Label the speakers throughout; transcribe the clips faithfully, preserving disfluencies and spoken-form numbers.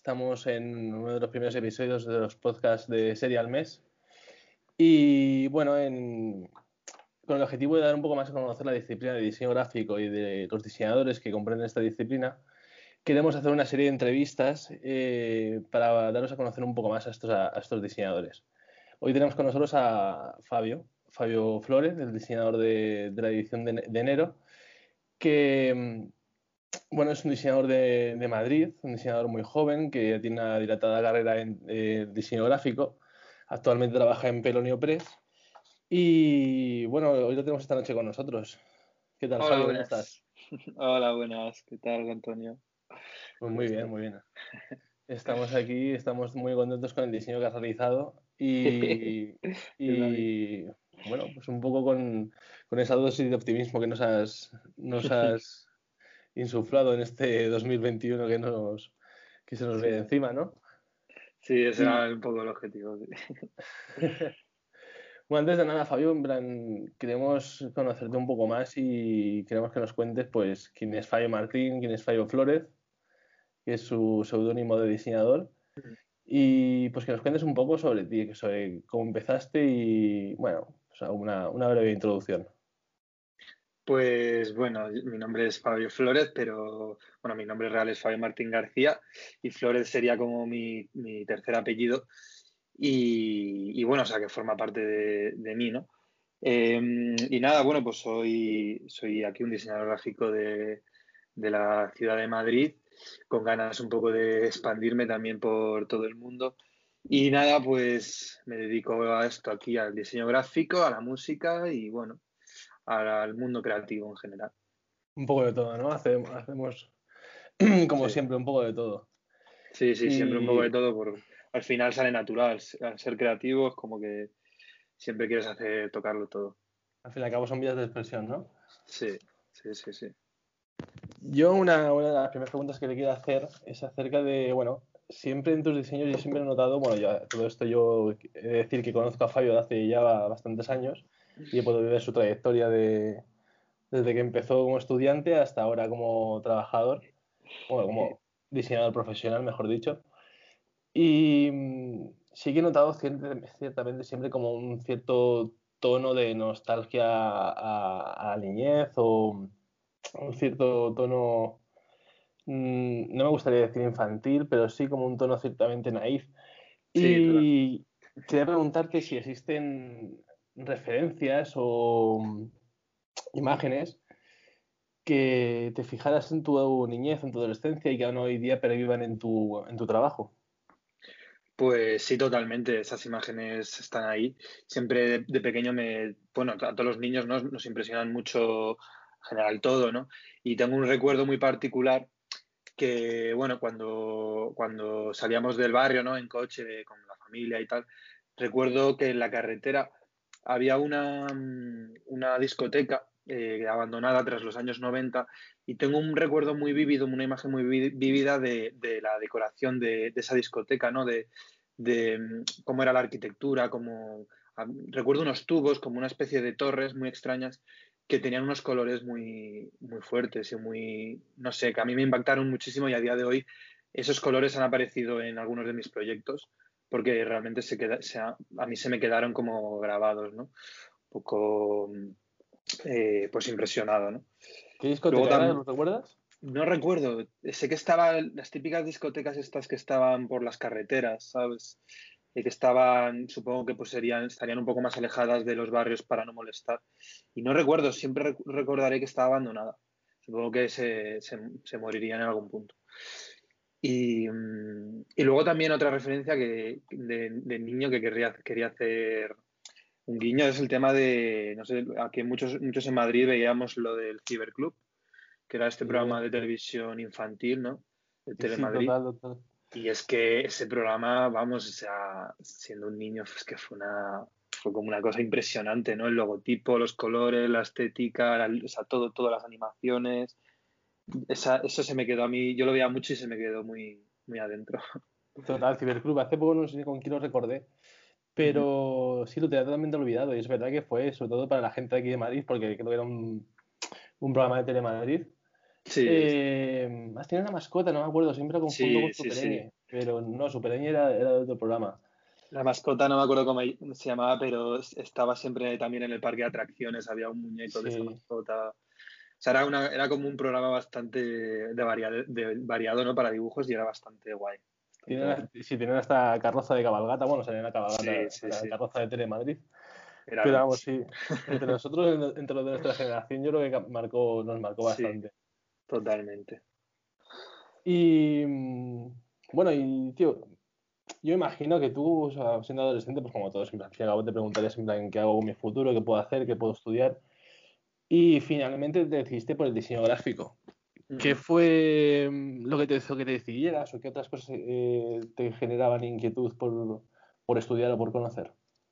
Speaker 1: Estamos en uno de los primeros episodios de los podcasts de Serie al Mes. Y bueno, en, con el objetivo de dar un poco más a conocer la disciplina de diseño gráfico y de los diseñadores que comprenden esta disciplina, queremos hacer una serie de entrevistas eh, para daros a conocer un poco más a estos, a, a estos diseñadores. Hoy tenemos con nosotros a Fabio, Fabio Flores, el diseñador de, de la edición de, de enero, que bueno, es un diseñador de, de Madrid, un diseñador muy joven que tiene una dilatada carrera en eh, diseño gráfico. Actualmente trabaja en Pelonio Press. Y bueno, hoy lo tenemos esta noche con nosotros. ¿Qué tal,
Speaker 2: Hola,
Speaker 1: Fabio? ¿Cómo estás?
Speaker 2: buenas. Hola, buenas. ¿Qué tal, Antonio?
Speaker 1: Pues
Speaker 2: ¿Cómo
Speaker 1: muy bien,
Speaker 2: estás?
Speaker 1: muy bien. Estamos aquí, estamos muy contentos con el diseño que has realizado y,
Speaker 2: Yo también.
Speaker 1: y bueno, pues un poco con, con esa dosis de optimismo que nos has, nos has insuflado en este dos mil veintiuno que nos que se nos viene
Speaker 2: Sí,
Speaker 1: encima, ¿no?
Speaker 2: sí, ese
Speaker 1: Y
Speaker 2: era un poco el objetivo. Sí.
Speaker 1: bueno, antes de nada, Fabio, en plan, queremos conocerte un poco más y queremos que nos cuentes, pues, quién es Fabio Martín, quién es Fabio Flórez, que es su seudónimo de diseñador, y pues que nos cuentes un poco sobre ti, sobre cómo empezaste y, bueno, o sea, una, una breve introducción.
Speaker 2: Pues bueno, mi nombre es Fabio Flores, pero bueno, mi nombre real es Fabio Martín García y Flores sería como mi, mi tercer apellido y, y bueno, o sea, que forma parte de, de mí, ¿no? Eh, y nada, bueno, pues soy, soy aquí un diseñador gráfico de, de la ciudad de Madrid, con ganas un poco de expandirme también por todo el mundo. Y nada, pues me dedico a esto aquí, al diseño gráfico, a la música y bueno, al mundo creativo en general.
Speaker 1: Un poco de todo, ¿no? Hacemos, hacemos como
Speaker 2: Sí,
Speaker 1: siempre, un poco de todo.
Speaker 2: sí, sí, siempre un poco
Speaker 1: Y
Speaker 2: de todo, por, al final sale natural. Al ser creativo es como que siempre quieres hacer, tocarlo todo.
Speaker 1: al fin y al cabo son vías de expresión, ¿no?
Speaker 2: Sí, sí, sí, sí.
Speaker 1: Yo una, una de las primeras preguntas que le quiero hacer es acerca de, bueno, siempre en tus diseños yo siempre he notado, bueno, ya todo esto yo he de decir que conozco a Fabio de hace ya bastantes años y he podido ver su trayectoria de, desde que empezó como estudiante hasta ahora como trabajador, bueno, como diseñador profesional, mejor dicho. Y mm, sí que he notado cier- ciertamente siempre como un cierto tono de nostalgia a, a la niñez o un cierto tono, mm, no me gustaría decir infantil, pero sí como un tono ciertamente naif.
Speaker 2: Sí, total.
Speaker 1: Y quería preguntarte si existen referencias o mm, imágenes que te fijaras en tu niñez, en tu adolescencia y que aún hoy día pervivan en tu, en tu trabajo.
Speaker 2: Pues sí, totalmente. Esas imágenes están ahí. Siempre de, de pequeño me, bueno, a todos los niños nos, nos impresionan mucho en general todo, ¿no? Y tengo un recuerdo muy particular que, bueno, cuando, cuando salíamos del barrio, ¿no? En coche, de- con la familia y tal, recuerdo que en la carretera había una, mm, una discoteca eh, abandonada tras los años noventa y tengo un recuerdo muy vívido, una imagen muy vi- vívida de, de la decoración de, de esa discoteca, ¿no? De, de mm, cómo era la arquitectura, cómo... ah, recuerdo unos tubos como una especie de torres muy extrañas que tenían unos colores muy, muy fuertes y muy, no sé, que a mí me impactaron muchísimo y a día de hoy esos colores han aparecido en algunos de mis proyectos porque realmente se queda, se ha- a mí se me quedaron como grabados, ¿no? Un poco, eh, pues impresionado, ¿no?
Speaker 1: ¿Qué
Speaker 2: Luego
Speaker 1: discoteca era?
Speaker 2: también,
Speaker 1: ¿Lo recuerdas?
Speaker 2: no recuerdo, sé que estaban las típicas discotecas estas que estaban por las carreteras, ¿sabes? Y que estaban, supongo que pues serían, estarían un poco más alejadas de los barrios para no molestar. Y no recuerdo, siempre rec- recordaré que estaba abandonada. Supongo que se, se, se morirían en algún punto. Y, mm, y luego también otra referencia que, de, de niño que querría, quería hacer un guiño es el tema de, no sé, aquí muchos, muchos en Madrid veíamos lo del Ciberclub, que era este
Speaker 1: Sí,
Speaker 2: programa de televisión infantil, ¿no? De
Speaker 1: sí, sí,
Speaker 2: Telemadrid.
Speaker 1: total, total.
Speaker 2: Y es que ese programa, vamos, o sea, siendo un niño, es que fue una, fue como una cosa impresionante, ¿no? El logotipo, los colores, la estética, la- o sea, todo, todas las animaciones. Esa, eso se me quedó a mí, yo lo veía mucho y se me quedó muy, muy adentro.
Speaker 1: Total, Ciberclub. Hace poco no sé con quién lo recordé, pero sí lo tenía totalmente olvidado. Y es verdad que fue, sobre todo para la gente de aquí de Madrid, porque creo que era un, un programa de Telemadrid.
Speaker 2: Sí,
Speaker 1: Eh, has tenido una mascota, no me acuerdo, siempre lo confundo
Speaker 2: sí,
Speaker 1: con tu
Speaker 2: sí, sí.
Speaker 1: perengue. pero no, Super Ñ era, era de otro programa.
Speaker 2: La mascota no me acuerdo cómo se llamaba, pero estaba siempre también en el parque de atracciones, había un muñeco de esa
Speaker 1: Sí,
Speaker 2: mascota. O sea, era, una, era como un programa bastante de, variado, de variado, ¿no? Para dibujos y era bastante guay. Bastante guay.
Speaker 1: tienen, sí, tienen hasta carroza de cabalgata, bueno, salían la
Speaker 2: Sí,
Speaker 1: cabalgata,
Speaker 2: sí,
Speaker 1: la
Speaker 2: sí.
Speaker 1: carroza de Telemadrid.
Speaker 2: Era
Speaker 1: Pero
Speaker 2: lo
Speaker 1: vamos,
Speaker 2: más.
Speaker 1: sí, entre nosotros, entre los de nuestra generación, yo creo que marcó, nos marcó
Speaker 2: Sí,
Speaker 1: bastante.
Speaker 2: totalmente.
Speaker 1: Y mm, bueno, y tío, yo imagino que tú, o sea, siendo adolescente, pues como todos, en plan, al fin y al cabo te preguntarías en plan, ¿qué hago con mi futuro? ¿Qué puedo hacer? ¿Qué puedo estudiar? Y finalmente te decidiste por el diseño gráfico. ¿Qué
Speaker 2: Ujú.
Speaker 1: fue mm, lo que te hizo que te decidieras o qué otras cosas eh, te generaban inquietud por, por estudiar o por conocer?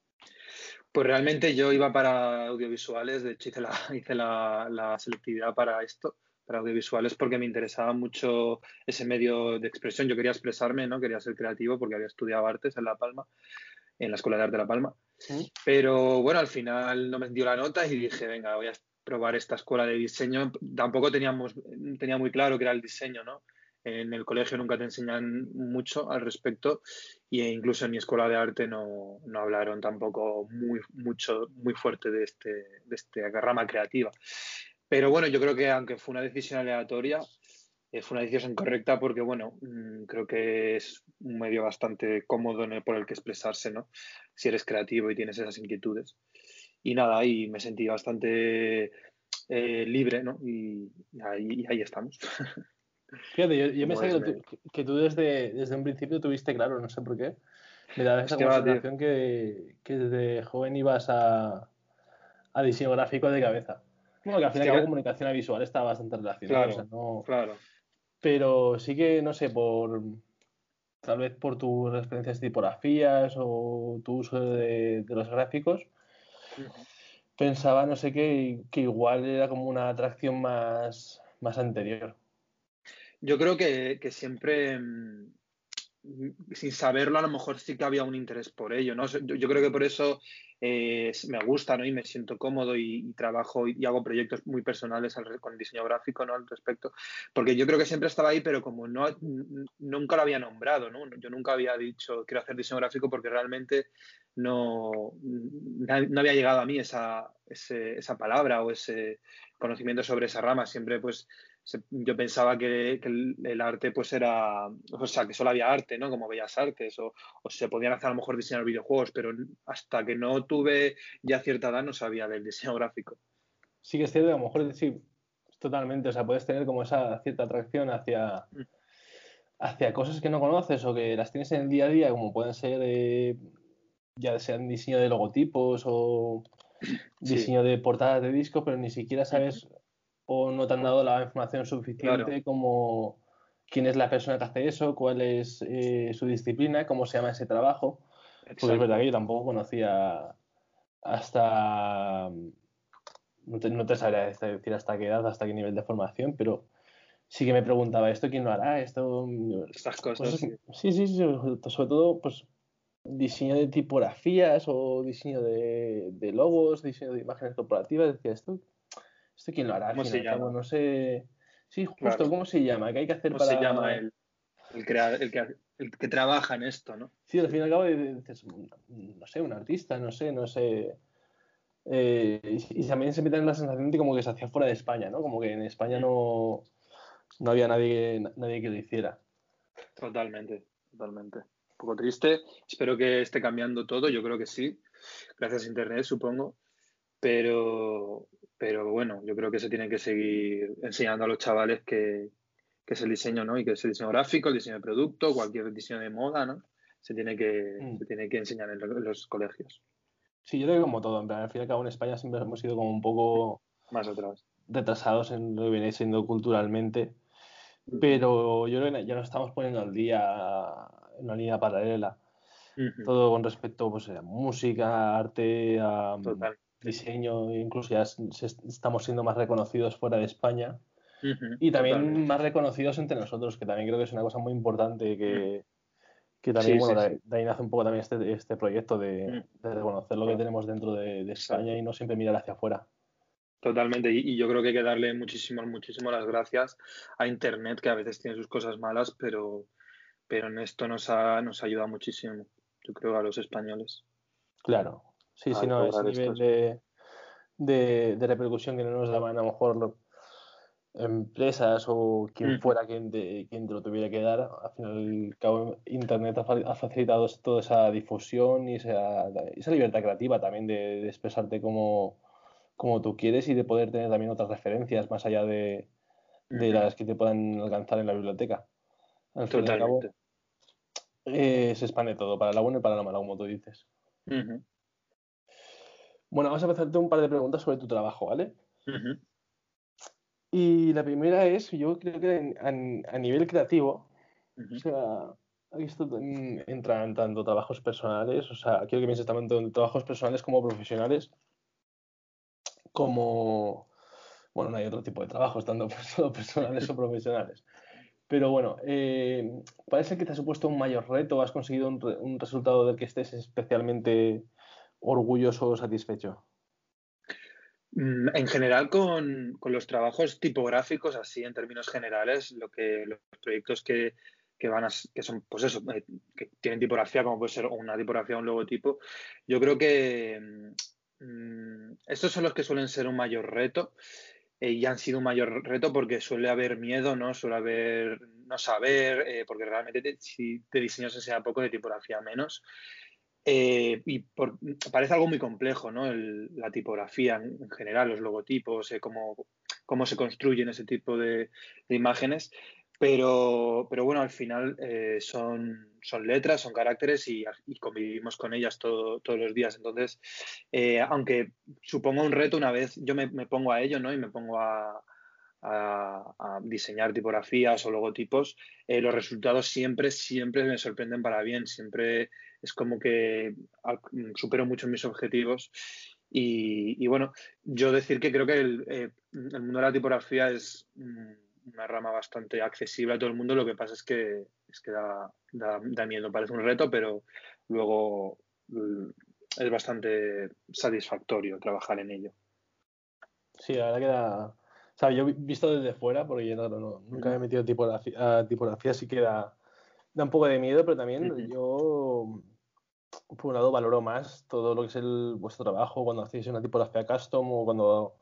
Speaker 2: Pues realmente yo iba para audiovisuales, de hecho hice la, hice la, la selectividad para esto, para audiovisuales, porque me interesaba mucho ese medio de expresión. Yo quería expresarme, ¿no? Quería ser creativo porque había estudiado artes en La Palma, en la Escuela de Arte de La Palma.
Speaker 1: ¿Mm?
Speaker 2: Pero bueno, al final no me dio la nota y dije, venga, voy a probar esta escuela de diseño. Tampoco teníamos, tenía muy claro que era el diseño, ¿no? En el colegio nunca te enseñan mucho al respecto e incluso en mi escuela de arte no, no hablaron tampoco muy, mucho, muy fuerte de este, de esta rama creativa. Pero bueno, yo creo que aunque fue una decisión aleatoria, eh, fue una decisión correcta porque, bueno, mmm, creo que es un medio bastante cómodo, ¿no? Por el que expresarse, ¿no? Si eres creativo y tienes esas inquietudes. Y nada, ahí me sentí bastante eh, libre, ¿no? Y, y, ahí, y ahí estamos.
Speaker 1: Fíjate, yo, yo
Speaker 2: Como
Speaker 1: pensaba
Speaker 2: es,
Speaker 1: que, tú,
Speaker 2: me...
Speaker 1: que tú desde, desde un principio tuviste claro, no sé por qué. Me da esa como
Speaker 2: Hostia, tío.
Speaker 1: sensación que, que desde joven ibas a, a diseño gráfico de cabeza. Bueno, que al fin y al cabo
Speaker 2: Hostia,
Speaker 1: comunicación visual está bastante relacionado, o sea,
Speaker 2: claro,
Speaker 1: no...
Speaker 2: claro.
Speaker 1: Pero sí que, no sé, por tal vez por tus referencias de tipografías o tu uso de, de los gráficos,
Speaker 2: Ujú.
Speaker 1: pensaba, no sé, que, que igual era como una atracción más, más anterior.
Speaker 2: Yo creo que, que siempre, mm, sin saberlo, a lo mejor sí que había un interés por ello, ¿no? Yo, yo creo que por eso eh, me gusta, ¿no? Y me siento cómodo y, y trabajo y, y, hago proyectos muy personales al, con el diseño gráfico, ¿no? Al respecto, porque yo creo que siempre estaba ahí, pero como no, nunca lo había nombrado, ¿no? Yo nunca había dicho quiero hacer diseño gráfico porque realmente no, no había llegado a mí esa, ese, esa palabra o ese conocimiento sobre esa rama. Siempre, pues, yo pensaba que, que el, el, arte pues era, o sea, que solo había arte, ¿no? Como bellas artes, o, o se podían hacer a lo mejor diseñar videojuegos, pero hasta que no tuve ya cierta edad no sabía del diseño gráfico.
Speaker 1: Sí que es cierto, a lo mejor sí, totalmente, o sea, puedes tener como esa cierta atracción hacia, hacia cosas que no conoces o que las tienes en el día a día, como pueden ser, eh, ya sean diseño de logotipos o
Speaker 2: Sí,
Speaker 1: diseño de portadas de discos, pero ni siquiera sabes o no te han dado la información
Speaker 2: claro,
Speaker 1: suficiente como quién es la persona que hace eso, cuál es eh, su disciplina, cómo se llama ese trabajo. Porque es verdad que
Speaker 2: exacto.
Speaker 1: yo tampoco conocía hasta, no te, no te sabría decir hasta qué edad, hasta qué nivel de formación, pero sí que me preguntaba, ¿esto quién lo hará? Esto,
Speaker 2: Estas cosas,
Speaker 1: cosas,
Speaker 2: sí.
Speaker 1: sí, sí, sí, sobre todo, pues diseño de tipografías o diseño de, de logos, diseño de imágenes corporativas, decía, esto, esto quién lo hará al
Speaker 2: ¿Cómo
Speaker 1: fin y
Speaker 2: se
Speaker 1: al cabo,
Speaker 2: llama?
Speaker 1: no sé, sí, justo,
Speaker 2: Claro.
Speaker 1: ¿cómo se llama? ¿Qué hay que hacer
Speaker 2: ¿Cómo se llama
Speaker 1: para...?
Speaker 2: el, el, crea, el, que, el que trabaja en esto, ¿no?
Speaker 1: Sí, al
Speaker 2: Sí.
Speaker 1: fin y al cabo dices, no sé, un artista, no sé, no sé. Eh, y, y también se meten en la sensación de como que se hacía fuera de España, ¿no? Como que en España no, no había nadie, nadie que lo hiciera.
Speaker 2: Totalmente, totalmente. Un poco triste. Espero que esté cambiando todo. Yo creo que sí. Gracias a Internet, supongo. Pero, pero bueno, yo creo que se tiene que seguir enseñando a los chavales que, que es el diseño, ¿no? Y que es el diseño gráfico, el diseño de producto, cualquier diseño de moda, ¿no? Se tiene que,
Speaker 1: Mm.
Speaker 2: se tiene que enseñar en, lo- en los colegios.
Speaker 1: Sí, yo creo que como todo, en plan, al fin y al cabo en España siempre hemos sido como un poco
Speaker 2: Más atrás.
Speaker 1: retrasados en lo que viene siendo culturalmente,
Speaker 2: Ujú,
Speaker 1: pero yo creo que ya nos estamos poniendo al día en una línea paralela.
Speaker 2: ujú.
Speaker 1: Todo con respecto pues, a música, arte, a mm,
Speaker 2: Totalmente.
Speaker 1: diseño, incluso ya se- estamos siendo más reconocidos fuera de España
Speaker 2: Ujú,
Speaker 1: y también
Speaker 2: totalmente.
Speaker 1: más reconocidos entre nosotros, que también creo que es una cosa muy importante
Speaker 2: Mm.
Speaker 1: que, que también,
Speaker 2: Sí,
Speaker 1: bueno,
Speaker 2: sí,
Speaker 1: de,
Speaker 2: sí.
Speaker 1: de ahí nace un poco también este, este proyecto de,
Speaker 2: Mm.
Speaker 1: de reconocer lo que
Speaker 2: Claro,
Speaker 1: tenemos dentro de, de España y
Speaker 2: exacto.
Speaker 1: no siempre mirar hacia afuera.
Speaker 2: Totalmente, y, y yo creo que hay que darle muchísimo, muchísimo las gracias a Internet, que a veces tiene sus cosas malas, pero, pero en esto nos ha, nos ayuda muchísimo, yo creo, a los españoles
Speaker 1: Claro, sí,
Speaker 2: a
Speaker 1: sí, no, ese
Speaker 2: lograr
Speaker 1: nivel
Speaker 2: esto.
Speaker 1: de, de, de repercusión que no nos daban a lo mejor lo- empresas o quien
Speaker 2: Ujú,
Speaker 1: fuera quien te, quien te lo tuviera que dar, al final y al cabo, Internet ha, fa- ha facilitado toda esa difusión y esa, esa libertad creativa también de, de expresarte como, como tú quieres y de poder tener también otras referencias más allá de, de
Speaker 2: ujú,
Speaker 1: las que te puedan alcanzar en la biblioteca. Al fin y al cabo,
Speaker 2: totalmente.
Speaker 1: eh, se expande todo, para la buena y para la mala, como tú dices.
Speaker 2: Ujú,
Speaker 1: Bueno, vamos a hacerte un par de preguntas sobre tu trabajo, ¿vale?
Speaker 2: ujú,
Speaker 1: Y la primera es, yo creo que en- a, a nivel creativo, o
Speaker 2: ujú.
Speaker 1: sea, esto también entra en tanto trabajos personales, o sea, quiero que pienses tanto en trabajos personales como profesionales, como, bueno, no hay otro tipo de trabajos, tanto perso- personales o profesionales. Pero bueno, eh, ¿cuál es el que te ha supuesto un mayor reto? ¿Has conseguido un, re- un resultado del que estés especialmente orgulloso o satisfecho?
Speaker 2: Mm, En general, con, con los trabajos tipográficos, así en términos generales, lo que los proyectos que, que van a, s- que son, pues eso, eh, que tienen tipografía, como puede ser una tipografía o un logotipo, yo creo que mm, mm, estos son los que suelen ser un mayor reto, eh, y han sido un mayor reto porque suele haber miedo, ¿no? Suele haber no saber, eh, porque realmente te- si de diseño se sea poco, de tipografía menos. Eh, y por- parece algo muy complejo, ¿no? El- la tipografía en, en general, los logotipos, eh, cómo, cómo se construyen ese tipo de, de imágenes. Pero, pero bueno, al final eh, son, son letras, son caracteres y, y convivimos con ellas todo- todos los días. Entonces, eh, aunque suponga un reto, una vez yo me, me pongo a ello, ¿no? Y me pongo a, a- a diseñar tipografías o logotipos, eh, los resultados siempre, siempre me sorprenden para bien. Siempre es como que al- supero mucho mis objetivos. Y, y bueno, yo decir que creo que el, eh, el mundo de la tipografía es mm, una rama bastante accesible a todo el mundo. Lo que pasa es que, es que da, da, da miedo, parece un reto, pero luego mm, es bastante satisfactorio trabajar en ello.
Speaker 1: Sí, la verdad que da... O sea, yo vi- visto desde fuera, porque yo no, no- nunca me
Speaker 2: Ujú,
Speaker 1: he metido tipografía, a tipografía, así que da, da un poco de miedo, pero también
Speaker 2: ujú,
Speaker 1: yo, por un lado, valoro más todo lo que es el, vuestro trabajo cuando hacéis una tipografía custom o cuando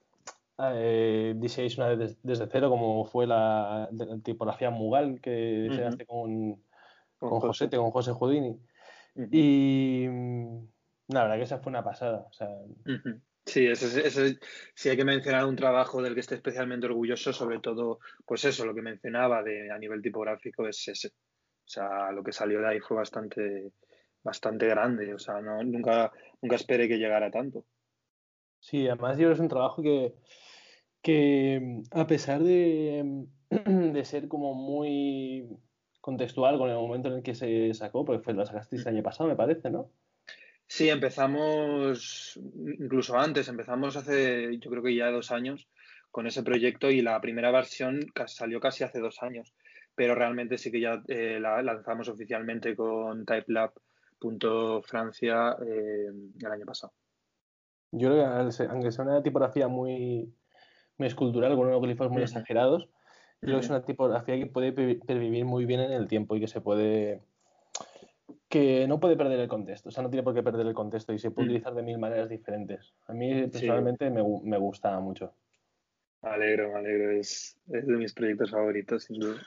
Speaker 1: eh, diseñáis una des- desde cero, como fue la, la tipografía Mugal que
Speaker 2: ujú.
Speaker 1: diseñaste con,
Speaker 2: Con
Speaker 1: con
Speaker 2: José.
Speaker 1: Josete, con José Houdini.
Speaker 2: Ujú,
Speaker 1: Y mm, la verdad que esa fue una pasada. O sea,
Speaker 2: ujú. Sí, ese, es- ese, es- si hay que mencionar un trabajo del que esté especialmente orgulloso, sobre todo, pues eso, lo que mencionaba de, a nivel tipográfico es ese. O sea, lo que salió de ahí fue bastante, bastante grande. O sea, no, nunca, nunca esperé que llegara tanto.
Speaker 1: sí, además yo creo que es un trabajo que, que mm, a pesar de, de ser como muy contextual con el momento en el que se sacó, porque fue, la sacasteis el año
Speaker 2: Ujú.
Speaker 1: pasado, me parece, ¿no?
Speaker 2: Sí, empezamos incluso antes, empezamos hace, yo creo que ya dos años con ese proyecto y la primera versión ca- salió casi hace dos años, pero realmente sí que ya eh, la lanzamos oficialmente con typelab.francia eh, el año pasado.
Speaker 1: Yo creo que al ser- aunque sea una tipografía muy, muy escultural, con unos glifos muy
Speaker 2: Ujú,
Speaker 1: exagerados, yo creo que es
Speaker 2: ujú.
Speaker 1: una tipografía que puede pe- pervivir muy bien en el tiempo y que se puede, que no puede perder el contexto, o sea, no tiene por qué perder el contexto y se puede
Speaker 2: Mm,
Speaker 1: utilizar de mil maneras diferentes. A mí
Speaker 2: sí,
Speaker 1: personalmente me, gu- me gusta mucho.
Speaker 2: me alegro, me alegro, es, es de mis proyectos favoritos, sin duda.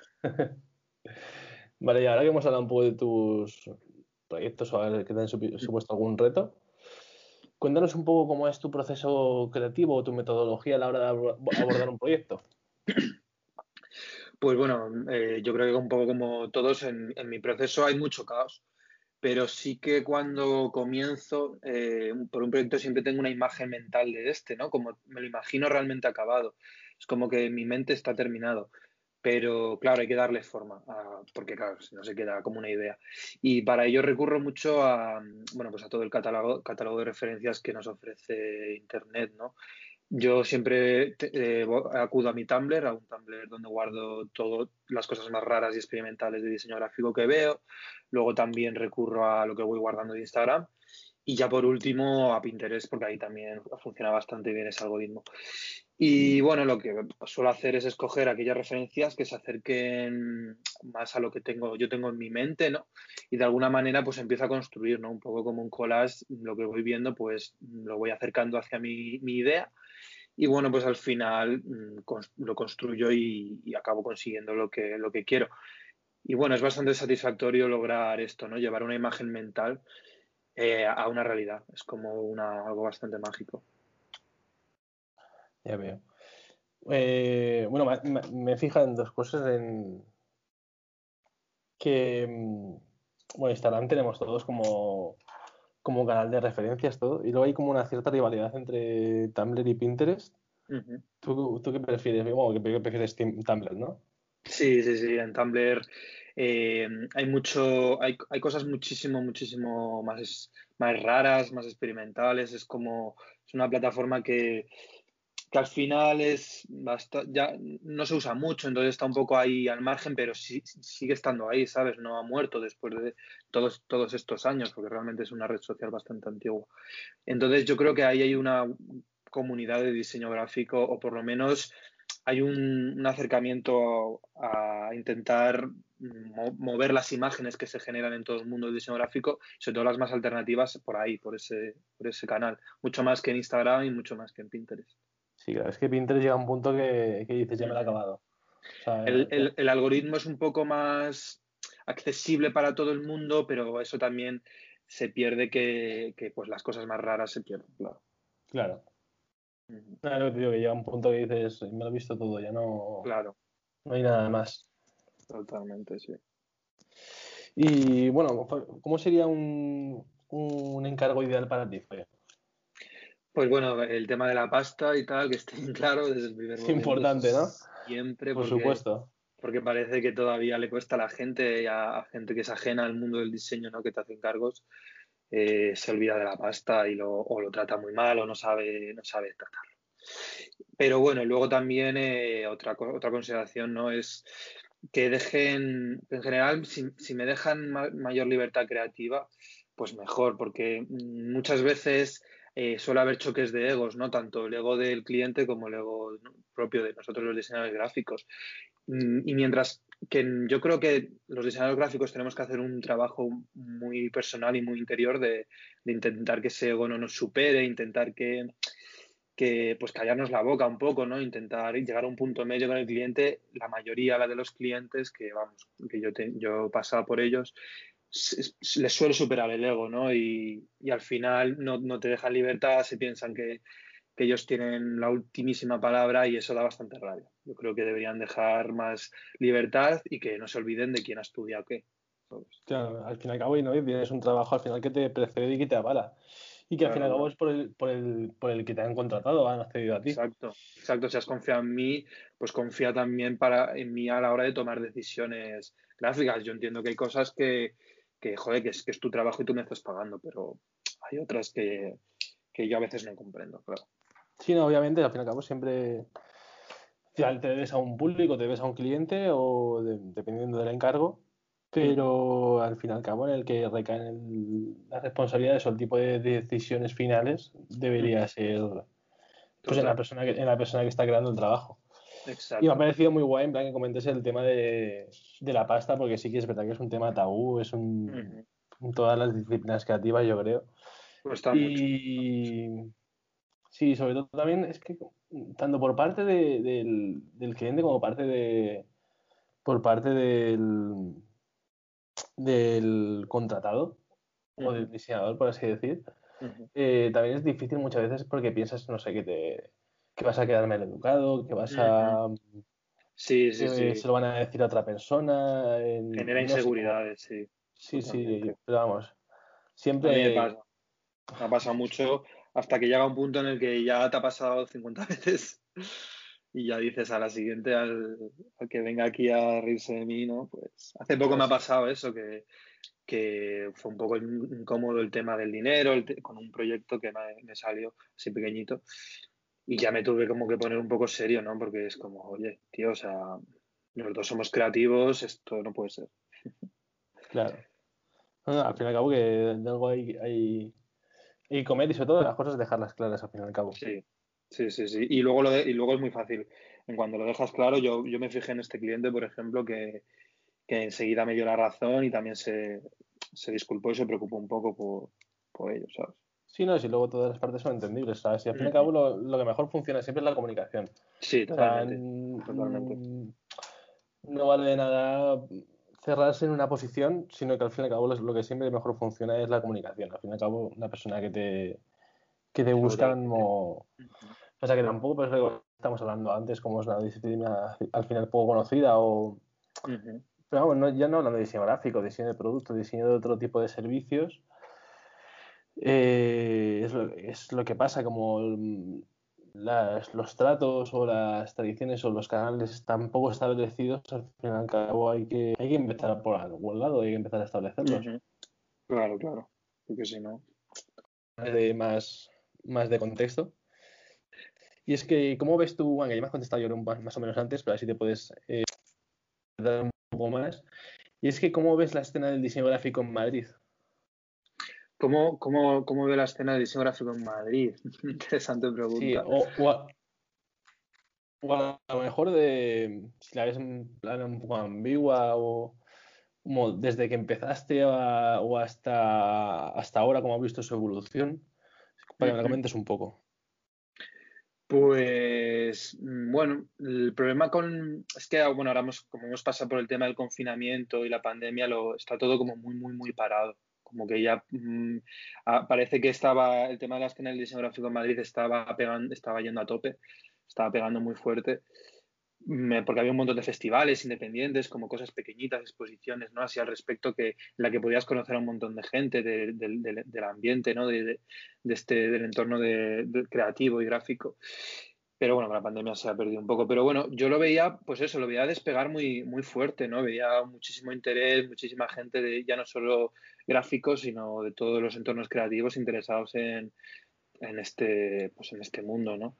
Speaker 1: Vale, y ahora que hemos hablado un poco de tus proyectos o a ver, que te han supi- supuesto algún reto, cuéntanos un poco cómo es tu proceso creativo o tu metodología a la hora de abor- abordar un proyecto.
Speaker 2: Pues bueno, eh, yo creo que un poco como todos en, en mi proceso hay mucho caos. Pero sí que cuando comienzo eh, por un proyecto siempre tengo una imagen mental de este, ¿no? Como me lo imagino realmente acabado. Es como que mi mente está terminado. Pero claro, hay que darle forma, a- porque claro, si no se queda como una idea. Y para ello recurro mucho a, bueno, pues a todo el catálogo, catálogo de referencias que nos ofrece Internet, ¿no? Yo siempre te- eh, acudo a mi Tumblr, a un Tumblr donde guardo todas las cosas más raras y experimentales de diseño gráfico que veo. Luego también recurro a lo que voy guardando de Instagram. Y ya por último a Pinterest, porque ahí también funciona bastante bien ese algoritmo. Y bueno, lo que suelo hacer es escoger aquellas referencias que se acerquen más a lo que tengo, yo tengo en mi mente, ¿no? Y de alguna manera pues empiezo a construir, ¿no? Un poco como un collage, lo que voy viendo pues lo voy acercando hacia mi, mi idea y bueno, pues al final mm, cons- lo construyo y, y acabo consiguiendo lo que, lo que quiero. Y bueno, es bastante satisfactorio lograr esto, ¿no? Llevar una imagen mental eh, a una realidad. Es como una, algo bastante mágico.
Speaker 1: Ya veo. Eh, bueno, me, me, me fija en dos cosas. En que, mm, bueno, Instagram tenemos todos como, como canal de referencias, todo. Y luego hay como una cierta rivalidad entre Tumblr y Pinterest.
Speaker 2: Ujú.
Speaker 1: ¿Tú, tú qué prefieres? Bueno, que prefieres Tim- Tumblr, ¿no?
Speaker 2: Sí, sí, sí, en Tumblr eh, hay mucho, hay, hay cosas muchísimo, muchísimo más, más raras, más experimentales. Es como, es una plataforma que, que al final es basta- ya no se usa mucho, entonces está un poco ahí al margen, pero sí, sigue estando ahí, ¿sabes? No ha muerto después de todos, todos estos años, porque realmente es una red social bastante antigua. Entonces yo creo que ahí hay una comunidad de diseño gráfico, o por lo menos hay un, un acercamiento a, a intentar mo- mover las imágenes que se generan en todo el mundo del diseño gráfico, sobre todo las más alternativas por ahí, por ese, por ese canal, mucho más que en Instagram y mucho más que en Pinterest.
Speaker 1: Sí, claro, es que Pinterest llega a un punto que, que dices, ya me lo he
Speaker 2: Ujú.
Speaker 1: acabado. O sea,
Speaker 2: El, el- el algoritmo es un poco más accesible para todo el mundo, pero eso también se pierde que, que, pues las cosas más raras se pierden, claro.
Speaker 1: claro.
Speaker 2: Ujú.
Speaker 1: Claro, te digo que llega un punto que dices, me lo he visto todo, ya no,
Speaker 2: Claro,
Speaker 1: no hay nada más.
Speaker 2: totalmente, sí.
Speaker 1: Y bueno, ¿cómo sería un, un encargo ideal para ti, Fede?
Speaker 2: Pues bueno, el tema de la pasta y tal, que esté bien claro desde el primer
Speaker 1: Es
Speaker 2: momento,
Speaker 1: importante, ¿no?
Speaker 2: siempre,
Speaker 1: Por
Speaker 2: porque,
Speaker 1: supuesto.
Speaker 2: porque parece que todavía le cuesta a la gente, a, a gente que es ajena al mundo del diseño, ¿no? Que te hacen cargos, eh, se olvida de la pasta y lo, o lo trata muy mal o no sabe, no sabe tratarlo. Pero bueno, luego también eh, otra, co- otra consideración, ¿no? Es que dejen, en general, si, si me dejan ma- mayor libertad creativa, pues mejor, porque mm, muchas veces eh, suele haber choques de egos, ¿no? Tanto el ego del cliente como el ego, ¿no?, propio de nosotros los diseñadores gráficos. Mm, Y mientras que yo creo que los diseñadores gráficos tenemos que hacer un trabajo muy personal y muy interior de, de intentar que ese ego no nos supere, intentar que que pues callarnos la boca un poco, ¿no? Intentar llegar a un punto medio con el cliente. La mayoría, la de los clientes, que vamos, que yo, te, yo he pasado por ellos, les suele superar el ego, ¿no? Y, y al final no, no, te dejan libertad, se piensan que, que ellos tienen la ultimísima palabra y eso da bastante rabia. Yo creo que deberían dejar más libertad y que no se olviden de quién ha estudiado qué, ¿sabes?
Speaker 1: Claro, al fin y al cabo, y no, y tienes un trabajo al final que te precede y que te avala. Y que al fin y
Speaker 2: Claro,
Speaker 1: al cabo
Speaker 2: claro.
Speaker 1: es por el, por el, por el que te han contratado, han accedido a ti.
Speaker 2: Exacto, exacto. Si has confiado en mí, pues confía también para, en mí a la hora de tomar decisiones gráficas. Yo entiendo que hay cosas que, que joder, que es, que es tu trabajo y tú me estás pagando, pero hay otras que, que yo a veces no comprendo, claro.
Speaker 1: Sí, no, obviamente, al fin y al cabo siempre ya te debes a un público, te debes a un cliente o de- dependiendo del encargo,
Speaker 2: Ujú.
Speaker 1: pero al fin y al cabo en el que recaen el- las responsabilidades o el tipo de decisiones finales debería
Speaker 2: Ujú.
Speaker 1: ser pues en la
Speaker 2: Total,
Speaker 1: persona que, en la persona que está creando el trabajo. Y me ha
Speaker 2: exacto.
Speaker 1: parecido muy guay, en plan, que comentes el tema de, de la pasta, porque sí que es verdad que es un tema tabú, es un,
Speaker 2: Ujú.
Speaker 1: en todas las disciplinas creativas, yo creo.
Speaker 2: Cuesta mucho.
Speaker 1: Y sí, sobre todo también es que tanto por parte de- del, del cliente como parte de, por parte del, del contratado o del
Speaker 2: Ujú.
Speaker 1: diseñador, por así decir,
Speaker 2: Ujú.
Speaker 1: eh, también es difícil muchas veces porque piensas, no sé, que te que vas a quedar mal educado, que vas
Speaker 2: Ujú.
Speaker 1: a
Speaker 2: Sí, sí,
Speaker 1: que
Speaker 2: sí.
Speaker 1: se lo van a decir a otra persona, en-
Speaker 2: Genera
Speaker 1: no sé cómo.
Speaker 2: inseguridades, sí,
Speaker 1: Sí, sí,
Speaker 2: totalmente.
Speaker 1: pero vamos,
Speaker 2: A mí me
Speaker 1: siempre,
Speaker 2: pasa. Me ha pasado mucho hasta que llega un punto en el que ya te ha pasado cincuenta veces y ya dices a la siguiente, al, al que venga aquí a reírse de mí, ¿no? Pues hace poco me ha
Speaker 1: pues,
Speaker 2: pasado eso, que, que fue un poco incómodo el tema del dinero, el te- con un proyecto que me, me salió así pequeñito y ya me tuve como que poner un poco serio, ¿no? Porque es como, oye, tío, o sea, los dos somos creativos, esto no puede ser.
Speaker 1: claro. No, no,
Speaker 2: Sí,
Speaker 1: al fin y al cabo que de algo hay, hay, hay que comer y sobre todo las cosas dejarlas claras al fin y al cabo.
Speaker 2: sí, Sí, sí, sí. Y luego, lo de- y luego es muy fácil. En cuanto lo dejas claro, yo, yo me fijé en este cliente, por ejemplo, que, que enseguida me dio la razón y también se, se disculpó y se preocupó un poco por, por ello, ¿sabes?
Speaker 1: Sí, no, si luego todas las partes son entendibles, ¿sabes? Y al fin y al
Speaker 2: Ujú.
Speaker 1: cabo lo, lo que mejor funciona siempre es la comunicación.
Speaker 2: Sí,
Speaker 1: O sea,
Speaker 2: totalmente, totalmente.
Speaker 1: mm, no vale de nada cerrarse en una posición, sino que al fin y al cabo lo lo que siempre mejor funciona es la comunicación. Al fin y al cabo, una persona que te, que te busca,
Speaker 2: Totalmente.
Speaker 1: no...
Speaker 2: Ujú.
Speaker 1: O sea, que tampoco pues, lo que estamos hablando antes, como es una disciplina al final poco conocida o...
Speaker 2: Ujú.
Speaker 1: Pero vamos, no, ya no hablando de diseño gráfico, diseño de productos, diseño de otro tipo de servicios, eh, es, lo, es lo que pasa, como mm, las, los tratos o las tradiciones o los canales están poco establecidos, al fin y al cabo hay que, hay que empezar por algún lado, hay que empezar a establecerlos.
Speaker 2: Ujú. Claro, claro. Porque si no.
Speaker 1: De más, más de contexto. Y es que, ¿cómo ves tú, Juan? Que ya me has contestado yo un pa- más o menos antes, pero así te puedes eh, dar un poco más. Y es que, ¿cómo ves la escena del diseño gráfico en Madrid?
Speaker 2: ¿Cómo, cómo, cómo ve la escena de diseño gráfico en Madrid? Interesante
Speaker 1: Sí,
Speaker 2: pregunta.
Speaker 1: o, o a, o a lo mejor de si la ves en plan un poco ambigua o como desde que empezaste a- o hasta, hasta ahora, cómo has visto su evolución, para que me la
Speaker 2: Ujú.
Speaker 1: comentes un poco.
Speaker 2: Pues mm, bueno, el problema con es que bueno, ahora hemos, como hemos pasado por el tema del confinamiento y la pandemia, lo está todo como muy, muy, muy parado. Como que ya mm, ah, parece que estaba el tema de la escena del diseño gráfico en Madrid estaba pegando, estaba yendo a tope, estaba pegando muy fuerte. Me- porque había un montón de festivales independientes, como cosas pequeñitas, exposiciones, ¿no? Así al respecto, que en la que podías conocer a un montón de gente de- de- de- del ambiente, ¿no? De, de- de este, del entorno de- de creativo y gráfico. Pero bueno, con la pandemia se ha perdido un poco. Pero bueno, yo lo veía, pues eso, lo veía despegar muy, muy fuerte, ¿no? Veía muchísimo interés, muchísima gente de ya no solo gráficos, sino de todos los entornos creativos interesados en, en este, pues en este mundo, ¿no?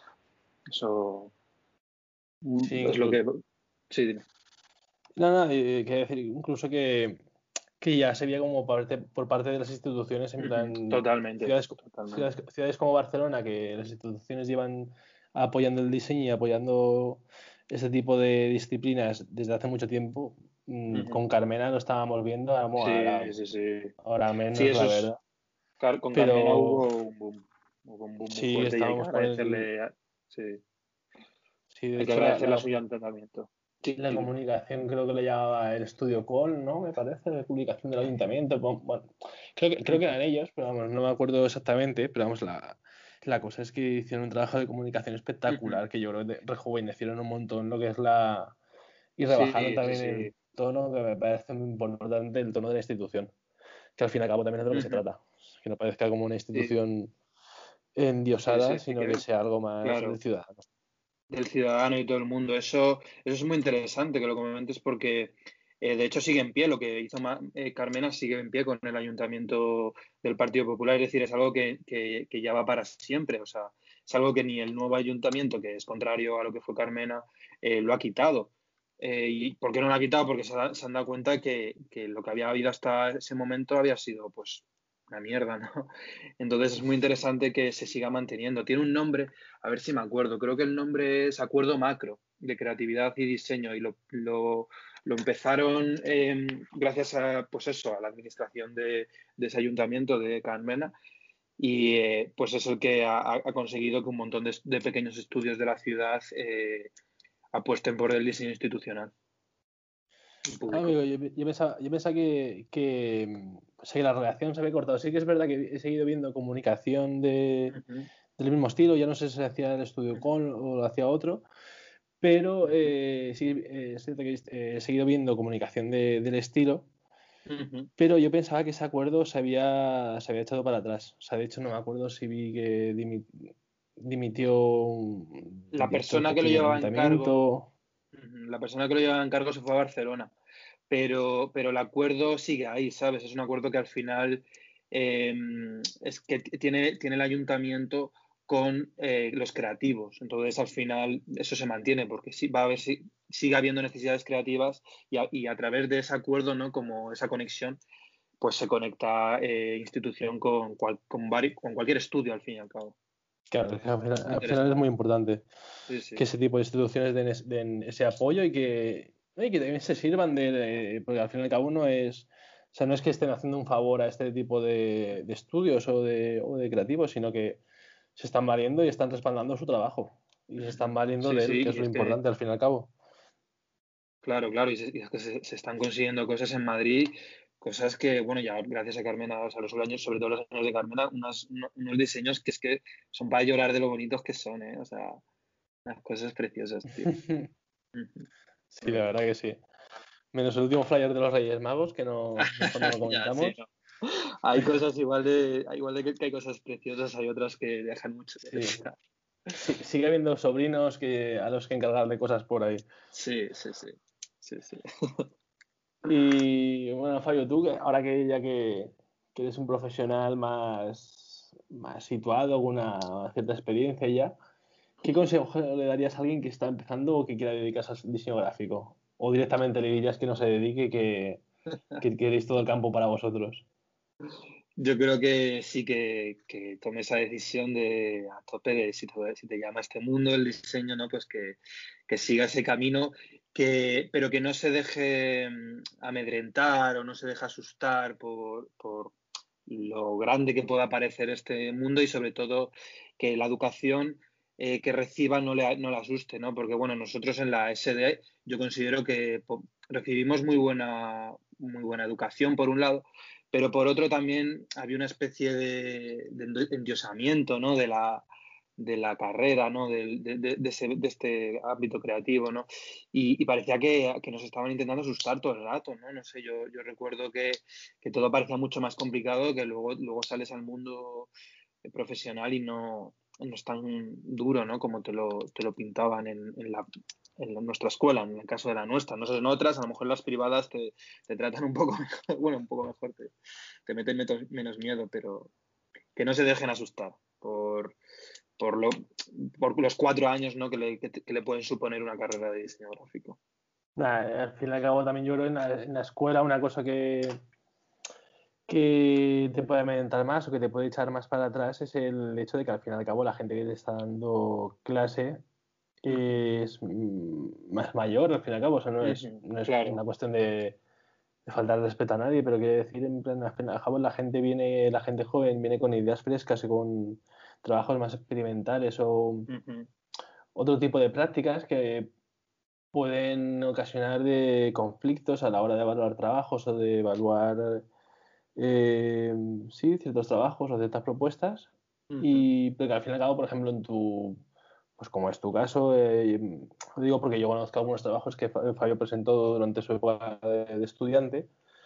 Speaker 2: Eso
Speaker 1: Sí,
Speaker 2: mm, es lo
Speaker 1: incluso.
Speaker 2: que... Sí, dime.
Speaker 1: No, no, eh, quiero decir, incluso que, que ya se veía como parte, por parte de las instituciones, en
Speaker 2: Ujú.
Speaker 1: plan,
Speaker 2: Totalmente,
Speaker 1: ciudades,
Speaker 2: totalmente.
Speaker 1: ciudades, ciudades como Barcelona, que las instituciones llevan apoyando el diseño y apoyando ese tipo de disciplinas desde hace mucho tiempo. mm,
Speaker 2: Ujú.
Speaker 1: Con Carmena lo estábamos viendo, ahora,
Speaker 2: Sí, sí, sí.
Speaker 1: ahora
Speaker 2: Sí,
Speaker 1: menos,
Speaker 2: eso
Speaker 1: la
Speaker 2: es.
Speaker 1: verdad.
Speaker 2: Car- con Carmena
Speaker 1: Pero
Speaker 2: hubo un boom, hubo un boom muy
Speaker 1: sí,
Speaker 2: fuerte y hay que
Speaker 1: estábamos con el...
Speaker 2: agradecerle, a- sí,
Speaker 1: Sí, de
Speaker 2: hay que
Speaker 1: hecho, la,
Speaker 2: agradecerle a
Speaker 1: la,
Speaker 2: su tratamiento. Sí,
Speaker 1: la
Speaker 2: sí, dime.
Speaker 1: comunicación creo que le llamaba el Estudio Call, ¿no? Me parece, de publicación del ayuntamiento. bu- Bueno, creo que, creo que
Speaker 2: Ujú,
Speaker 1: eran ellos, pero vamos, no me acuerdo exactamente. Pero vamos, la, la cosa es que hicieron un trabajo de comunicación
Speaker 2: ujú.
Speaker 1: espectacular, que yo creo que rejuvenecieron un montón lo que es la... Y rebajaron
Speaker 2: Sí, sí,
Speaker 1: también el
Speaker 2: sí.
Speaker 1: tono, que me parece muy importante, el tono de la institución, que al fin y al cabo también es de lo que se
Speaker 2: Ujú.
Speaker 1: trata. Que no parezca como una
Speaker 2: Sí,
Speaker 1: institución
Speaker 2: sí,
Speaker 1: endiosada,
Speaker 2: sí,
Speaker 1: sino que
Speaker 2: que,
Speaker 1: sea algo más del
Speaker 2: claro,
Speaker 1: ciudadano.
Speaker 2: del ciudadano y todo el mundo. Eso, eso es muy interesante que lo comentes porque, eh, de hecho, sigue en pie. Lo que hizo Ma- eh, Carmena sigue en pie con el ayuntamiento del Partido Popular. Es decir, es algo que, que, que ya va para siempre. O sea, es algo que ni el nuevo ayuntamiento, que es contrario a lo que fue Carmena, eh, lo ha quitado. Eh, ¿y por qué no lo ha quitado? Porque se, ha- se han dado cuenta que, que lo que había habido hasta ese momento había sido, pues, una mierda, ¿no? Entonces es muy interesante que se siga manteniendo. Tiene un nombre, a ver si me acuerdo. Creo que el nombre es Acuerdo Macro de Creatividad y Diseño y lo, lo, lo empezaron eh, gracias a, pues eso, a la administración de, de ese ayuntamiento de Carmena y eh, pues es el que ha, ha, conseguido que un montón de, de pequeños estudios de la ciudad eh, apuesten por el diseño institucional y
Speaker 1: Ah,
Speaker 2: público.
Speaker 1: amigo, yo, yo pensaba, yo pensaba que, que, mm, o sea, que la relación se había cortado. Sí que es verdad que he seguido viendo comunicación de,
Speaker 2: Uh -huh,
Speaker 1: del mismo estilo, ya no sé si se hacía el estudio
Speaker 2: uh -huh,
Speaker 1: con o lo hacía otro, pero
Speaker 2: uh -huh,
Speaker 1: eh, sí, eh, es cierto que eh, he seguido viendo comunicación de- del estilo,
Speaker 2: uh -huh.
Speaker 1: pero yo pensaba que ese acuerdo se había, se había echado para atrás. O sea, de hecho no me acuerdo si vi que dimi- dimitió un
Speaker 2: La
Speaker 1: director
Speaker 2: persona
Speaker 1: que
Speaker 2: que lo
Speaker 1: tuvo el
Speaker 2: llevaba en cargo,
Speaker 1: ayuntamiento.
Speaker 2: uh -huh, la persona que lo llevaba en cargo se fue a Barcelona. pero, pero el acuerdo sigue ahí, ¿sabes? Es un acuerdo que al final eh, es que tiene, tiene el ayuntamiento con eh, los creativos. Entonces, al final, eso se mantiene, porque sí, va a haber, sí, sigue habiendo necesidades creativas y a, y a través de ese acuerdo, ¿no? Como esa conexión, pues se conecta eh, institución con, cual, con, vari, con cualquier estudio, al fin y al cabo.
Speaker 1: Claro, es que al final,
Speaker 2: Muy
Speaker 1: al final es muy
Speaker 2: interesante.
Speaker 1: importante
Speaker 2: Sí, sí.
Speaker 1: que ese tipo de instituciones den, es- den ese apoyo y que, no, y que también se sirvan de, de- porque al fin y al cabo no es, o sea, no es que estén haciendo un favor a este tipo de, de estudios o de, o de creativos, sino que se están valiendo y están respaldando su trabajo y se están valiendo
Speaker 2: Sí,
Speaker 1: de él,
Speaker 2: sí,
Speaker 1: que es
Speaker 2: y
Speaker 1: lo
Speaker 2: es que,
Speaker 1: importante al fin y al cabo.
Speaker 2: claro, claro, y, se- y es que se, se están consiguiendo cosas en Madrid, cosas que, bueno, ya gracias a Carmena, o sea, los años, sobre todo los años de Carmena, unos, uno- unos diseños que es que son para llorar de lo bonitos que son, ¿eh? O sea, unas cosas preciosas, tío. Ujú.
Speaker 1: Sí,
Speaker 2: Muy
Speaker 1: la
Speaker 2: guay.
Speaker 1: verdad que sí. Menos el último flyer de los Reyes Magos, que no, mejor no lo
Speaker 2: Ya, sí,
Speaker 1: comentamos.
Speaker 2: no. Hay cosas igual de, igual de que, que hay cosas preciosas, hay otras que dejan mucho que
Speaker 1: Sí,
Speaker 2: desear.
Speaker 1: sí, sigue habiendo sobrinos que, a los que encargarle cosas por ahí.
Speaker 2: Sí, sí, sí. Sí, sí.
Speaker 1: Y bueno, Fabio, tú, que ahora que ya que, que eres un profesional más, más situado, con una cierta experiencia ya, ¿qué consejo le darías a alguien que está empezando o que quiera dedicarse al diseño gráfico? O directamente le dirías que no se dedique, que, que queréis todo el campo para vosotros.
Speaker 2: Yo creo que sí que, que tome esa decisión de a tope de si te, si te llama este mundo, el diseño, ¿no? Pues que, que siga ese camino, que, pero que no se deje mm, amedrentar o no se deje asustar por, por lo grande que pueda parecer este mundo y sobre todo que la educación eh, que reciba no le, no le asuste, ¿no? Porque bueno, nosotros en la S D yo considero que po- recibimos muy buena, muy buena educación por un lado, pero por otro también había una especie de, de endiosamiento, ¿no? De la, de la carrera, ¿no? De, de, de, de, ese, de este ámbito creativo, ¿no? Y, y parecía que, que, nos estaban intentando asustar todo el rato, ¿no? No sé, yo, yo recuerdo que, que, todo parecía mucho más complicado, que luego, luego sales al mundo profesional y no, no es tan duro, ¿no? Como te lo, te lo pintaban en, en, la, en nuestra escuela, en el caso de la nuestra. No sé, en otras, a lo mejor las privadas te, te tratan un poco mejor, bueno, un poco mejor, te, te meten menos, menos miedo, pero que no se dejen asustar por, por, lo, por los cuatro años, ¿no? que, le, que, que le pueden suponer una carrera de diseño gráfico.
Speaker 1: Nah, al fin y al cabo también yo creo en la, en la escuela una cosa que, que te puede amedrentar más o que te puede echar más para atrás es el hecho de que al fin y al cabo la gente que te está dando clase
Speaker 2: Uh -huh.
Speaker 1: es mm, más mayor, al fin y al cabo, o sea, no
Speaker 2: Uh
Speaker 1: es,
Speaker 2: -huh.
Speaker 1: no es una
Speaker 2: Claro.
Speaker 1: cuestión de, de faltar respeto a nadie, pero quiere decir, en plan, al fin y al cabo, la gente viene, la gente joven viene con ideas frescas y con trabajos más experimentales o
Speaker 2: Uh -huh.
Speaker 1: otro tipo de prácticas que pueden ocasionar de conflictos a la hora de evaluar trabajos o de evaluar eh, sí, ciertos trabajos o ciertas propuestas.
Speaker 2: Uh -huh.
Speaker 1: Y porque al fin y al cabo, por ejemplo, en tu, pues como es tu caso, eh, lo digo porque yo conozco algunos trabajos que Fabio presentó durante su época de, de estudiante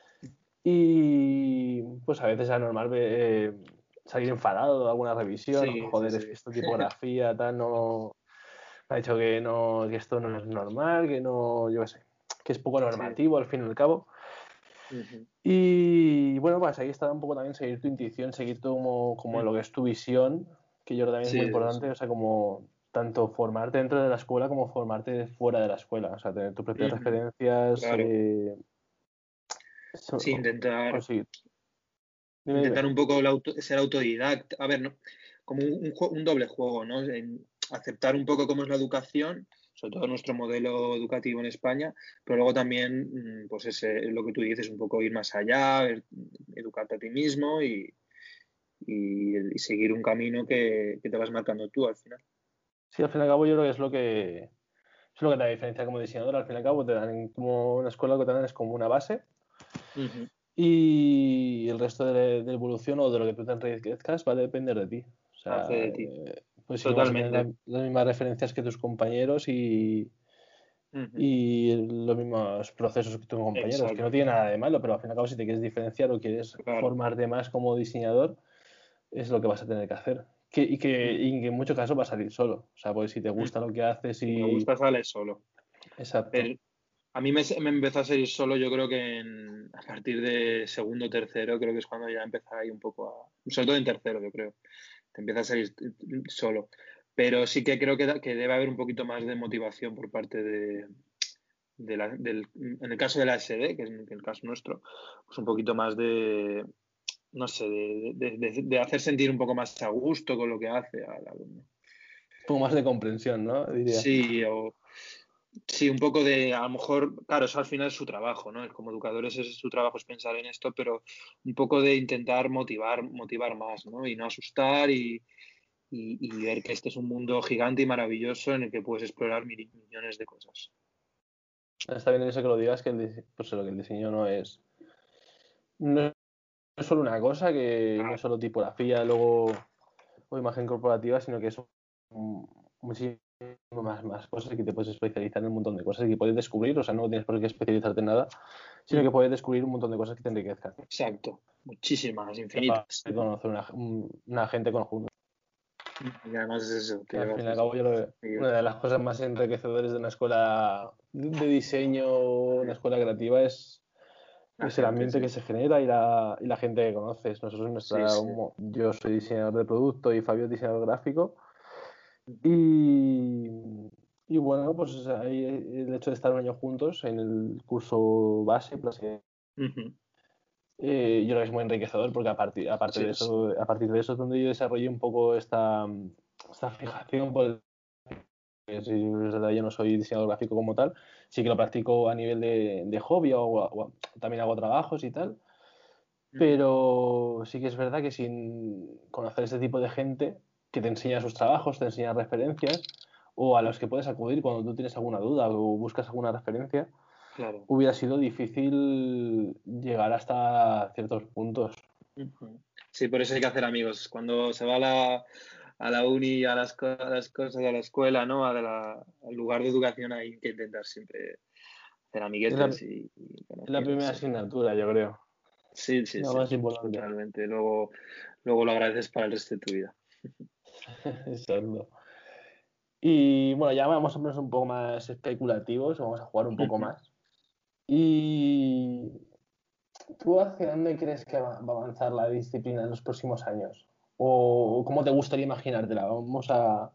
Speaker 1: y pues a veces es normal eh, salir enfadado de alguna revisión,
Speaker 2: Sí, sí,
Speaker 1: joder, es
Speaker 2: sí.
Speaker 1: que esta tipografía tal no me ha dicho que no, que esto no es normal, que no, yo qué sé, que es poco
Speaker 2: Sí.
Speaker 1: normativo al fin y al cabo.
Speaker 2: Uh -huh.
Speaker 1: Y bueno, pues ahí está un poco también seguir tu intuición, seguir tu, como, como
Speaker 2: Uh
Speaker 1: lo que
Speaker 2: -huh.
Speaker 1: es tu visión, que yo creo también es
Speaker 2: Sí,
Speaker 1: muy
Speaker 2: eso
Speaker 1: importante,
Speaker 2: sí.
Speaker 1: o sea, como tanto formarte dentro de la escuela como formarte fuera de la escuela, o sea, tener tus propias
Speaker 2: Uh -huh.
Speaker 1: referencias,
Speaker 2: Claro.
Speaker 1: eh,
Speaker 2: Sí,
Speaker 1: so,
Speaker 2: intentar,
Speaker 1: conseguir. Dime,
Speaker 2: intentar
Speaker 1: dime.
Speaker 2: un poco el auto, ser autodidacta. A ver, ¿no? Como un, un, un, doble juego, ¿no? En aceptar un poco cómo es la educación, sobre todo nuestro modelo educativo en España, pero luego también, pues ese, lo que tú dices, un poco ir más allá, educarte a ti mismo y, y, y seguir un camino que, que, te vas marcando tú al final.
Speaker 1: Sí, al fin y al cabo yo creo que es lo que es lo que te diferencia como diseñador, al fin y al cabo te dan como una escuela que te dan es como una base
Speaker 2: Uh -huh.
Speaker 1: y el resto de, de evolución o de lo que tú te enriquezcas va a depender de ti. O
Speaker 2: Hace
Speaker 1: sea,
Speaker 2: de ti.
Speaker 1: eh, pues si no vas a tener la,
Speaker 2: Totalmente.
Speaker 1: las mismas referencias que tus compañeros y,
Speaker 2: Uh -huh.
Speaker 1: y los mismos procesos que tus compañeros, que no
Speaker 2: Exacto.
Speaker 1: tiene nada de malo, pero al fin y al cabo si te quieres diferenciar o quieres
Speaker 2: Claro.
Speaker 1: formarte más como diseñador, es lo que vas a tener que hacer. Que, y, que,
Speaker 2: Uh -huh.
Speaker 1: y que en muchos casos va a salir solo. O sea, pues si te
Speaker 2: Uh
Speaker 1: gusta
Speaker 2: -huh.
Speaker 1: lo que haces
Speaker 2: Si te
Speaker 1: y...
Speaker 2: gusta, sale solo.
Speaker 1: Exacto.
Speaker 2: Pero a mí me, me empezó a salir solo, yo creo que en, a partir de segundo o tercero, creo que es cuando ya empezó ahí un poco a... Sobre todo en tercero, yo creo. Te empieza a salir solo. Pero sí que creo que, que debe haber un poquito más de motivación por parte de, de la, del, en el caso de la S D, que es el caso nuestro, pues un poquito más de, no sé, de, de, de, de hacer sentir un poco más a gusto con lo que hace al alumno.
Speaker 1: Un poco más de comprensión, ¿no? Diría.
Speaker 2: Sí, o sí, un poco de, a lo mejor, claro, eso al final es su trabajo, ¿no? Como educadores es su trabajo es pensar en esto, pero un poco de intentar motivar, motivar más, ¿no? Y no asustar y, y, y ver que este es un mundo gigante y maravilloso en el que puedes explorar mil, millones de cosas.
Speaker 1: Está bien eso que lo digas, que el, dise- pues lo que el diseño no es, no es solo una cosa, que no es solo tipografía, luego o imagen corporativa, sino que es un- muchísimo más, más cosas y que te puedes especializar en un montón de cosas y que puedes descubrir, o sea, no tienes por qué especializarte en nada, sino que puedes descubrir un montón de cosas que te enriquezcan.
Speaker 2: Exacto, muchísimas,
Speaker 1: Y aparte
Speaker 2: infinitas.
Speaker 1: de conocer una, un- una gente conjunta.
Speaker 2: Y además es eso, que
Speaker 1: Al
Speaker 2: llevas
Speaker 1: fin y al
Speaker 2: eso.
Speaker 1: cabo, yo lo veo. Una de las cosas más enriquecedoras de una escuela de diseño, una escuela creativa, es,
Speaker 2: La
Speaker 1: es el
Speaker 2: gente,
Speaker 1: ambiente
Speaker 2: sí.
Speaker 1: que se genera y la, y la gente que conoces. Nosotros,
Speaker 2: Sí,
Speaker 1: nuestra,
Speaker 2: sí.
Speaker 1: yo soy diseñador de producto y Fabio es diseñador gráfico. Y, y bueno, pues ahí el hecho de estar un año juntos en el curso base, pues, eh,
Speaker 2: Ujú.
Speaker 1: eh, yo creo que es muy enriquecedor porque a partir, aparte
Speaker 2: Sí,
Speaker 1: de
Speaker 2: sí.
Speaker 1: eso, a partir de eso es donde yo desarrollé un poco esta, esta fijación por el que si es verdad, yo no soy diseñador gráfico como tal, sí que lo practico a nivel de, de hobby o, o también hago trabajos y tal,
Speaker 2: Ujú.
Speaker 1: pero sí que es verdad que sin conocer este tipo de gente que te enseña sus trabajos, te enseña referencias o a los que puedes acudir cuando tú tienes alguna duda o buscas alguna referencia,
Speaker 2: Claro.
Speaker 1: hubiera sido difícil llegar hasta ciertos puntos.
Speaker 2: Ujú. Sí, por eso hay que hacer amigos. Cuando se va a la, a la uni, a las, co- a las cosas, a la escuela, ¿no? A la- al lugar de educación hay que intentar siempre hacer
Speaker 1: Es la,
Speaker 2: amiguetes y, y
Speaker 1: es la primera
Speaker 2: conocidos.
Speaker 1: asignatura, yo creo,
Speaker 2: Sí, sí,
Speaker 1: la
Speaker 2: sí,
Speaker 1: más importante.
Speaker 2: totalmente. Luego, luego lo agradeces para el resto de tu vida.
Speaker 1: Exacto. Y bueno, ya vamos a ponernos un poco más especulativos, vamos a jugar un poco
Speaker 2: Ujú.
Speaker 1: más. ¿Y tú hacia dónde crees que va va a avanzar la disciplina en los próximos años? ¿O cómo te gustaría imaginártela? Vamos a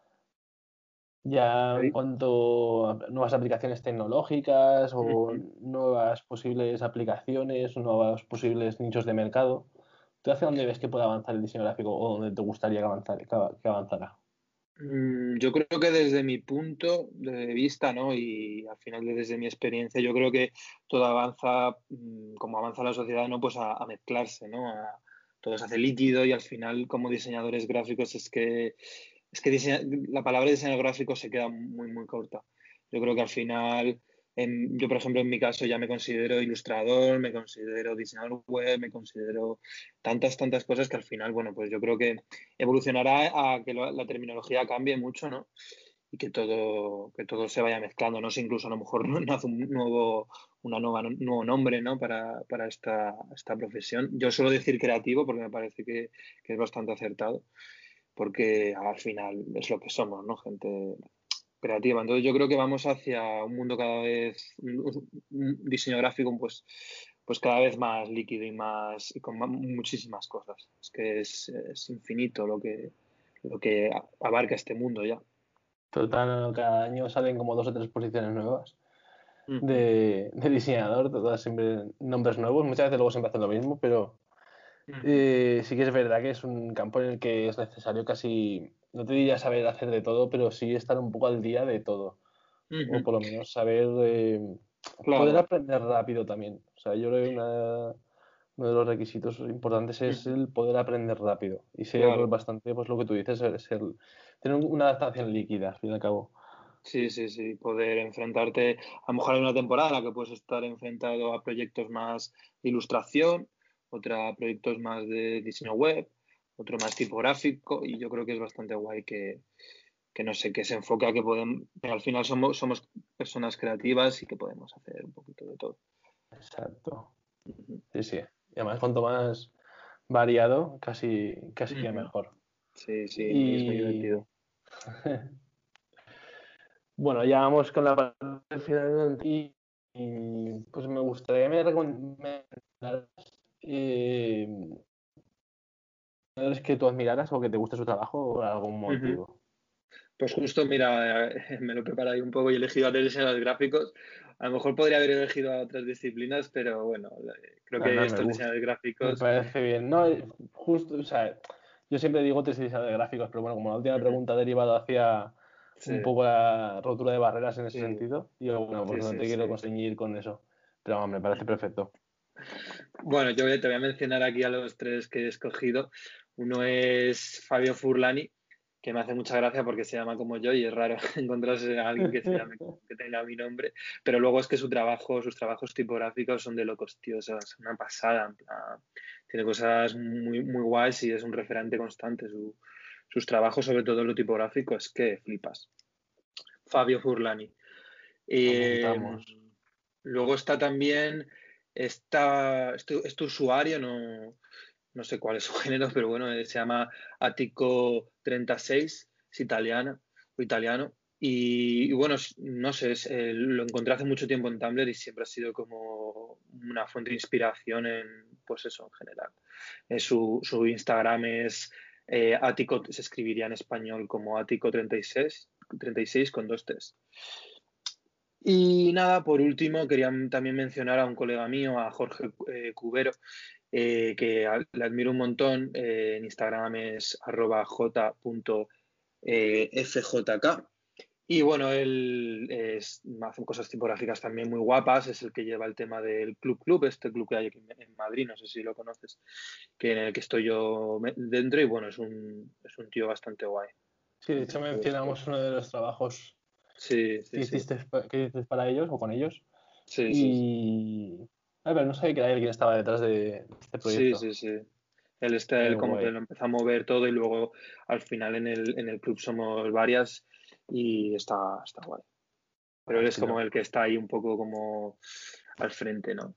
Speaker 1: ya en
Speaker 2: Ahí.
Speaker 1: cuanto a nuevas aplicaciones tecnológicas o
Speaker 2: Ujú.
Speaker 1: nuevas posibles aplicaciones, nuevos posibles nichos de mercado. ¿Tú hacia dónde ves que puede avanzar el diseño gráfico o dónde te gustaría que avanzara, que que avanzara?
Speaker 2: Mm, Yo creo que desde mi punto de vista, ¿no? Y al final desde mi experiencia, yo creo que todo avanza, mm, como avanza la sociedad, ¿no? Pues a, a mezclarse, ¿no? A- todo se hace líquido y al final, como diseñadores gráficos, es que, es que diseña- la palabra diseño gráfico se queda muy, muy corta. Yo creo que al final, en- yo por ejemplo, en mi caso ya me considero ilustrador, me considero diseñador web, me considero tantas, tantas cosas que al final, bueno, pues yo creo que evolucionará a que lo- la terminología cambie mucho, ¿no? Y que todo, que todo se vaya mezclando, no sé, incluso a lo mejor no nace un nuevo, una nueva, un nuevo nombre, ¿no? Para, para esta, esta profesión. Yo suelo decir creativo porque me parece que, que es bastante acertado, porque al final es lo que somos, ¿no? Gente creativa. Entonces yo creo que vamos hacia un mundo cada vez, un, un diseño gráfico pues, pues cada vez más líquido y más y con ma- muchísimas cosas. Es que es, es infinito lo que, lo que abarca este mundo ya.
Speaker 1: Total, cada año salen como dos o tres posiciones nuevas
Speaker 2: Ujú,
Speaker 1: de, de diseñador, todas siempre nombres nuevos. Muchas veces luego siempre hacen lo mismo, pero
Speaker 2: ujú,
Speaker 1: eh, sí que es verdad que es un campo en el que es necesario casi, no te diría saber hacer de todo, pero sí estar un poco al día de todo. O
Speaker 2: ujú.
Speaker 1: por lo menos saber, eh, poder
Speaker 2: Claro.
Speaker 1: aprender rápido también. O sea, yo creo que una- uno de los requisitos importantes es
Speaker 2: Ujú,
Speaker 1: el poder aprender rápido y ser
Speaker 2: claro.
Speaker 1: bastante, pues lo que tú dices, ser, ser- tener una adaptación líquida, al fin y al cabo.
Speaker 2: Sí, sí, sí. Poder enfrentarte, a lo mejor hay una temporada en la que puedes estar enfrentado a proyectos más de ilustración, otra a proyectos más de diseño web, otro más tipográfico, y yo creo que es bastante guay que, que no sé, que se enfoque a que podemos, que al final somos, somos personas creativas y que podemos hacer un poquito de todo.
Speaker 1: Exacto.
Speaker 2: Ujú,
Speaker 1: Sí, sí. Y además, cuanto más variado, casi, casi que
Speaker 2: ujú.
Speaker 1: mejor.
Speaker 2: Sí, sí, es muy
Speaker 1: Y
Speaker 2: divertido.
Speaker 1: bueno, ya vamos con la parte final y, y, pues me gustaría que me recomendaras eh, que tú admiraras o que te guste su trabajo por algún
Speaker 2: Ujú.
Speaker 1: motivo.
Speaker 2: Pues justo, mira, eh, me lo he preparado ahí un poco y he elegido a tres diseñadores gráficos. A lo mejor podría haber elegido a otras disciplinas, pero bueno, eh, creo
Speaker 1: No,
Speaker 2: que
Speaker 1: no, me
Speaker 2: estos
Speaker 1: gusta.
Speaker 2: diseñadores
Speaker 1: Me
Speaker 2: gráficos.
Speaker 1: parece bien. No, eh, justo, o sea, yo siempre digo tres diseñadores gráficos, pero bueno, como la última
Speaker 2: Ujú,
Speaker 1: pregunta ha derivado hacia
Speaker 2: sí,
Speaker 1: un poco la rotura de barreras en ese
Speaker 2: sí,
Speaker 1: sentido, digo, bueno, pues
Speaker 2: sí,
Speaker 1: no
Speaker 2: sí,
Speaker 1: te
Speaker 2: sí.
Speaker 1: quiero conseguir con eso. Pero vamos, me parece perfecto.
Speaker 2: Bueno, yo te voy a mencionar aquí a los tres que he escogido. Uno es Fabio Furlani, que me hace mucha gracia porque se llama como yo y es raro encontrarse a alguien que se llame, que tenga mi nombre. Pero luego es que su trabajo, sus trabajos tipográficos son de locos, tío. O sea, es una pasada. En plan, tiene cosas muy, muy guays y es un referente constante. Su- sus trabajos, sobre todo lo tipográfico, es que flipas. Fabio Furlani. Eh,
Speaker 1: Apuntamos.
Speaker 2: luego está también, está, este, este usuario, no, no sé cuál es su género, pero bueno, eh, se llama Atico treinta y seis, es italiano, o italiano. Y, y bueno, es- no sé, es, eh, lo encontré hace mucho tiempo en Tumblr y siempre ha sido como una fuente de inspiración en, pues eso, en general. Eh, su, su Instagram es eh, Atico, se escribiría en español como Atico treinta y seis, treinta y seis con dos T's. Y nada, por último, quería también mencionar a un colega mío, a Jorge eh, Cubero, eh, que a- le admiro un montón. Eh, en Instagram es arroba j.fjk. Y bueno, él es- hace cosas tipográficas también muy guapas. Es el que lleva el tema del Club Club, este club que hay aquí en en Madrid, no sé si lo conoces, que en el que estoy yo me- dentro. Y bueno, es un, es un tío bastante guay.
Speaker 1: Sí, de hecho
Speaker 2: Pues,
Speaker 1: mencionamos uno de los trabajos
Speaker 2: sí,
Speaker 1: que
Speaker 2: sí, sí.
Speaker 1: hiciste, que hiciste para ellos o con ellos.
Speaker 2: Sí, sí, sí.
Speaker 1: Y... A ver, no sabía que era él quien estaba detrás de este
Speaker 2: Sí,
Speaker 1: proyecto.
Speaker 2: sí, sí. Él está,
Speaker 1: Qué
Speaker 2: él como que
Speaker 1: guay.
Speaker 2: lo empezó a mover todo y luego al final en el, en el club somos varias y está, está guay. Pero él es
Speaker 1: Así
Speaker 2: como
Speaker 1: lo,
Speaker 2: el que está ahí un poco como al frente, ¿no?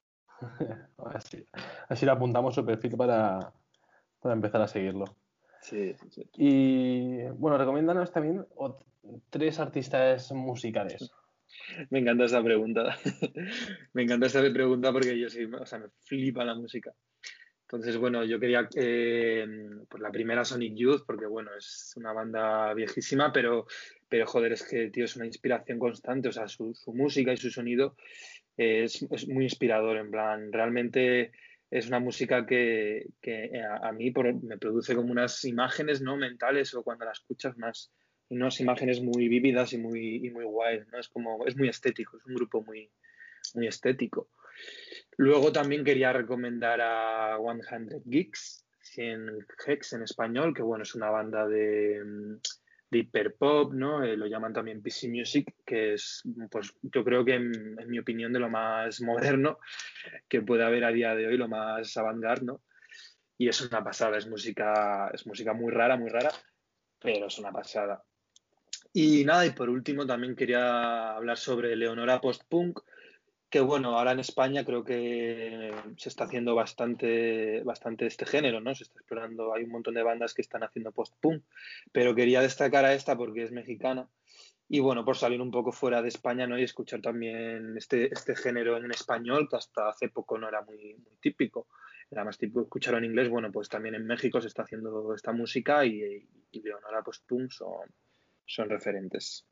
Speaker 1: así, así lo apuntamos su perfil para, para empezar a seguirlo.
Speaker 2: Sí, sí, sí.
Speaker 1: Y bueno, recomiéndanos también ot- tres artistas musicales.
Speaker 2: Me encanta esa pregunta. Me encanta esa pregunta porque yo sí, o sea, me flipa la música. Entonces, bueno, yo quería, eh, pues la primera Sonic Youth, porque bueno, es una banda viejísima, pero, pero joder, es que, tío, es una inspiración constante, o sea, su, su música y su sonido es, es muy inspirador, en plan, realmente es una música que, que a, a mí por- me produce como unas imágenes, ¿no? Mentales o cuando la escuchas más, unas imágenes muy vívidas y muy, y muy guays, ¿no? Es como, es muy estético, es un grupo muy, muy estético. Luego también quería recomendar a cien Geeks, cien Geeks en español, que bueno, es una banda de, de hiperpop, ¿no? Eh, lo llaman también P C Music, que es, pues yo creo que en, en mi opinión de lo más moderno que puede haber a día de hoy, lo más avant-garde, ¿no? Y es una pasada, es música, es música muy rara, muy rara, pero es una pasada. Y nada, y por último también quería hablar sobre Leonora Post-Punk, que bueno, ahora en España creo que se está haciendo bastante, bastante este género, ¿no? Se está explorando, hay un montón de bandas que están haciendo post-punk, pero quería destacar a esta porque es mexicana y bueno, por salir un poco fuera de España, ¿no? Y escuchar también este, este género en español, que hasta hace poco no era muy, muy típico, era más típico escucharlo en inglés, bueno, pues también en México se está haciendo esta música y, y Leonora Post-Punk son, son referentes.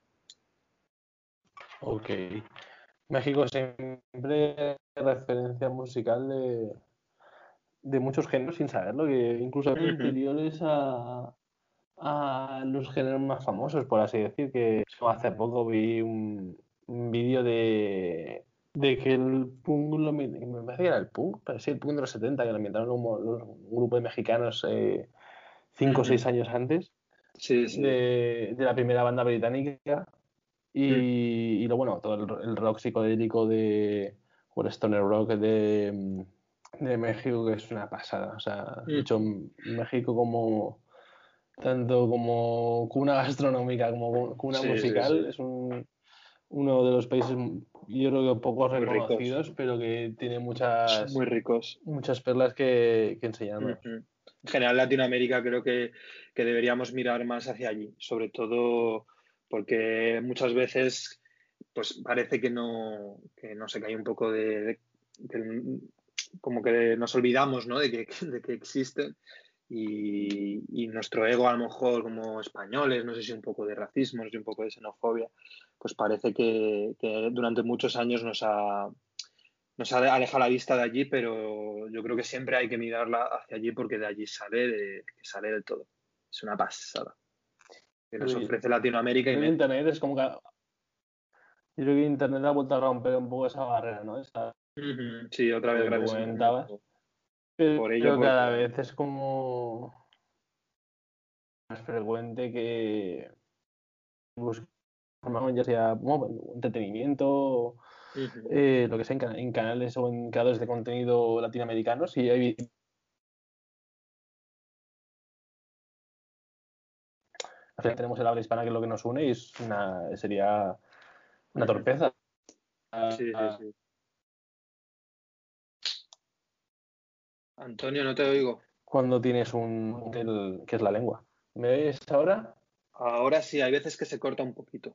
Speaker 1: Ok. México siempre es referencia musical de, de muchos géneros sin saberlo, que incluso
Speaker 2: Ujú.
Speaker 1: anteriores a, a los géneros más famosos, por así decir, que hace poco vi un, un vídeo de, de que el punk, lo, me parece que era el punk, pero sí, el punk de los setenta, que lo inventaron un, un grupo de mexicanos eh, cinco o seis
Speaker 2: Ujú.
Speaker 1: años antes
Speaker 2: Sí, sí.
Speaker 1: de, de la primera banda británica.
Speaker 2: Mm.
Speaker 1: Y, y lo bueno, todo el, el rock psicodélico de, o el stoner rock de, de México, que es una pasada. O sea, de hecho,
Speaker 2: Ujú.
Speaker 1: México como tanto como cuna gastronómica como cuna
Speaker 2: Sí, sí,
Speaker 1: musical
Speaker 2: sí.
Speaker 1: es un, uno de los países, yo creo que pocos
Speaker 2: Muy ricos.
Speaker 1: reconocidos, pero que tiene
Speaker 2: Son muy
Speaker 1: muchas,
Speaker 2: ricos.
Speaker 1: muchas perlas que, que enseñarnos.
Speaker 2: Ujú. En general, Latinoamérica creo que, que deberíamos mirar más hacia allí, sobre todo porque muchas veces pues parece que no, que no sé, que hay un poco de, de- que como que nos olvidamos, ¿no? de que, de que existen y, y nuestro ego a lo mejor como españoles, no sé si un poco de racismo, no sé si un poco de xenofobia, pues parece que, que durante muchos años nos ha, nos ha alejado la vista de allí, pero yo creo que siempre hay que mirarla hacia allí porque de allí sale, de, que sale del todo. Es una pasada que nos
Speaker 1: Creo
Speaker 2: ofrece Latinoamérica y
Speaker 1: que
Speaker 2: me...
Speaker 1: Internet es como que. Yo creo que Internet ha vuelto a romper un poco esa barrera, ¿no? Esa,
Speaker 2: Ujú, sí, otra
Speaker 1: lo
Speaker 2: vez
Speaker 1: que tú
Speaker 2: gracias a Internet
Speaker 1: comentabas.
Speaker 2: por, por ello,
Speaker 1: Pero
Speaker 2: porque
Speaker 1: cada vez es como más frecuente que buscamos, ya sea bueno, entretenimiento,
Speaker 2: uh-huh.
Speaker 1: eh, lo que sea, en, can en, canales o en creadores de contenido latinoamericanos. Y hay, al final tenemos el habla hispana, que es lo que nos une, y es una, sería una
Speaker 2: Uh-huh.
Speaker 1: torpeza.
Speaker 2: Sí, sí, sí. Antonio, no te oigo.
Speaker 1: Cuando tienes un que, el, que es la lengua. ¿Me ves ahora?
Speaker 2: Ahora sí, hay veces que se corta un poquito.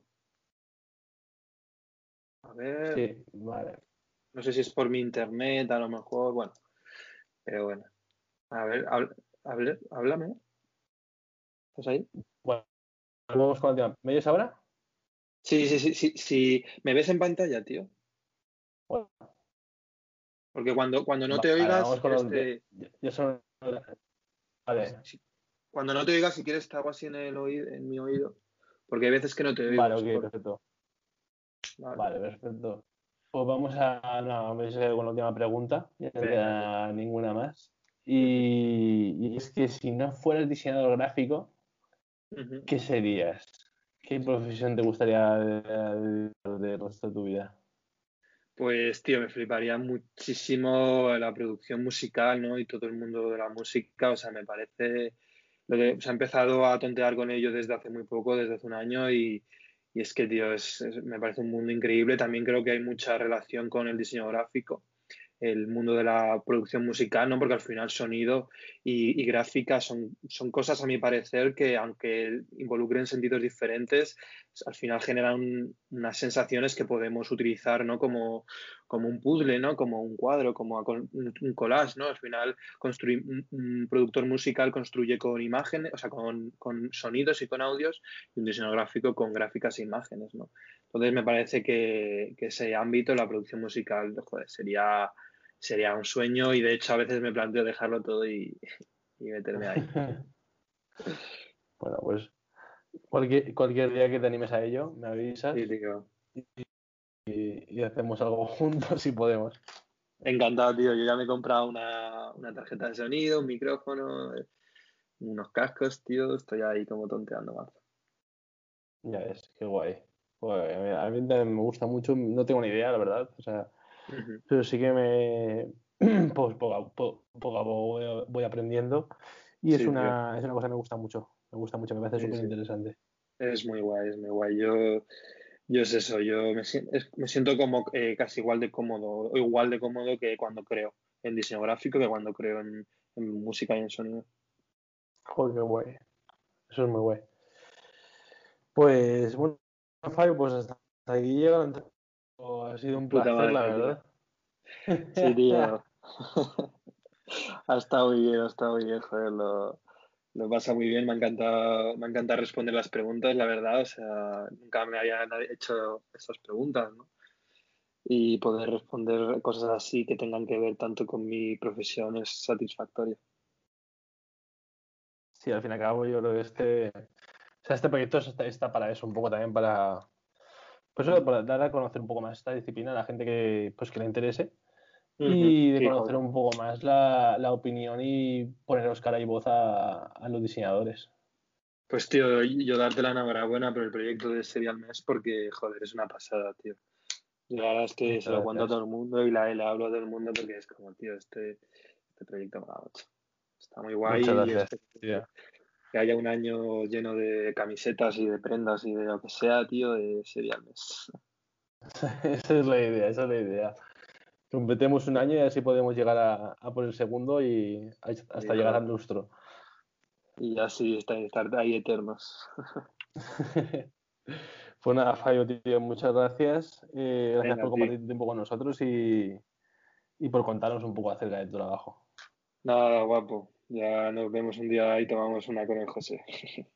Speaker 2: A ver,
Speaker 1: Sí, vale.
Speaker 2: no sé si es por mi internet, a lo mejor, bueno, pero bueno. A ver, hable, hable, háblame. ¿Estás ahí?
Speaker 1: Bueno, vamos con el tema. ¿Me oyes ahora?
Speaker 2: Sí, sí, sí, sí, sí. ¿Me ves en pantalla, tío?
Speaker 1: Bueno,
Speaker 2: Porque cuando, cuando no te
Speaker 1: vale,
Speaker 2: oigas, si
Speaker 1: vamos con
Speaker 2: quieres
Speaker 1: los.
Speaker 2: te...
Speaker 1: Yo son. Vale,
Speaker 2: si- cuando no te oigas, si quieres te hago así en el oído, en mi oído. Porque hay veces que no te oigo,
Speaker 1: vale,
Speaker 2: se
Speaker 1: ok,
Speaker 2: corta.
Speaker 1: perfecto.
Speaker 2: Vale.
Speaker 1: Vale, perfecto. Pues vamos a, no, vamos a ir con la última pregunta, ya no
Speaker 2: Venga, tío.
Speaker 1: queda ninguna más.
Speaker 2: Ujú,
Speaker 1: Y, y es que si no fueras diseñador gráfico,
Speaker 2: ujú.
Speaker 1: ¿qué serías? ¿Qué profesión te gustaría del de resto de tu vida?
Speaker 2: Pues, tío, me fliparía muchísimo la producción musical, ¿no? Y todo el mundo de la música, o sea, me parece, lo que, se ha empezado a tontear con ello desde hace muy poco, desde hace un año, y, y es que, tío, es, es- me parece un mundo increíble. También creo que hay mucha relación con el diseño gráfico, el mundo de la producción musical, ¿no? Porque al final sonido y, y gráfica son, son cosas, a mi parecer, que aunque involucren sentidos diferentes, al final generan unas sensaciones que podemos utilizar, ¿no? Como, como un puzzle, ¿no? Como un cuadro, como un, un collage, ¿no? Al final construir, un, un, productor musical construye con imágenes, o sea, con, con sonidos y con audios, y un diseñador gráfico con gráficas e imágenes, ¿no? Entonces me parece que, que ese ámbito, la producción musical, joder, sería sería un sueño y de hecho a veces me planteo dejarlo todo y, y meterme ahí.
Speaker 1: Bueno, pues cualquier, cualquier día que te animes a ello, me
Speaker 2: Sí,
Speaker 1: avisas
Speaker 2: tío.
Speaker 1: y, y hacemos algo juntos si podemos.
Speaker 2: Encantado, tío. Yo ya me he comprado una, una tarjeta de sonido, un micrófono, unos cascos, tío. Estoy ahí como tonteando más.
Speaker 1: Ya ves, qué guay. Joder, a mí, a mí también me gusta mucho, no tengo ni idea, la verdad, o sea,
Speaker 2: Ujú.
Speaker 1: pero sí que me, pues poco a poco, poco a poco voy, voy aprendiendo y es
Speaker 2: Sí, tío.
Speaker 1: una, es una cosa que me gusta mucho, me gusta mucho, me parece
Speaker 2: Sí,
Speaker 1: súper
Speaker 2: sí.
Speaker 1: interesante.
Speaker 2: Es muy guay, es muy guay. Yo, yo es eso, yo me, sien- es- me siento como eh, casi igual de cómodo, o igual de cómodo que cuando creo en diseño gráfico, que cuando creo en, en música y en sonido.
Speaker 1: Joder, qué guay, eso es muy guay. Pues bueno, Fabio, pues hasta aquí llega la entrevista. Ha sido un
Speaker 2: Puta
Speaker 1: placer, la
Speaker 2: madre, tío.
Speaker 1: verdad.
Speaker 2: Sí, tío. Ha estado muy bien, ha estado muy bien, joder, lo, lo pasa muy bien, me encanta, me encanta responder las preguntas, la verdad, o sea, nunca me había nadie hecho estas preguntas, ¿no? Y poder responder cosas así que tengan que ver tanto con mi profesión es satisfactorio.
Speaker 1: Sí, al fin y al cabo yo creo que este, o sea, este proyecto está, está para eso, un poco también para, pues eso, para dar a conocer un poco más esta disciplina a la gente que, pues, que le interese
Speaker 2: Ujú,
Speaker 1: y de
Speaker 2: sí,
Speaker 1: conocer
Speaker 2: joder.
Speaker 1: un poco más la, la opinión y poneros cara y voz a, a los diseñadores.
Speaker 2: Pues tío, yo darte la enhorabuena por el proyecto de Serial Mes porque, joder, es una pasada, tío. Yo la verdad es que se
Speaker 1: Muchas
Speaker 2: lo cuento a todo
Speaker 1: gracias.
Speaker 2: el mundo y la, le hablo a todo el mundo porque es como, tío, este, este proyecto me ha hecho. Está muy guay
Speaker 1: Muchas
Speaker 2: y
Speaker 1: gracias,
Speaker 2: espero que
Speaker 1: tío.
Speaker 2: que haya un año lleno de camisetas y de prendas y de lo que sea, tío, de Serial Mes.
Speaker 1: Esa es la idea, esa es la idea. Completemos un año y así podemos llegar a, a por el segundo y hasta llegar al
Speaker 2: Hijo,
Speaker 1: lustro.
Speaker 2: y así estar, estar ahí eternos.
Speaker 1: Pues nada, Fabio, tío, muchas gracias. Eh, gracias
Speaker 2: Venga,
Speaker 1: por
Speaker 2: tío.
Speaker 1: compartir tu tiempo con nosotros y, y por contarnos un poco acerca de tu trabajo.
Speaker 2: Nada, guapo. Ya nos vemos un día y tomamos una con el José.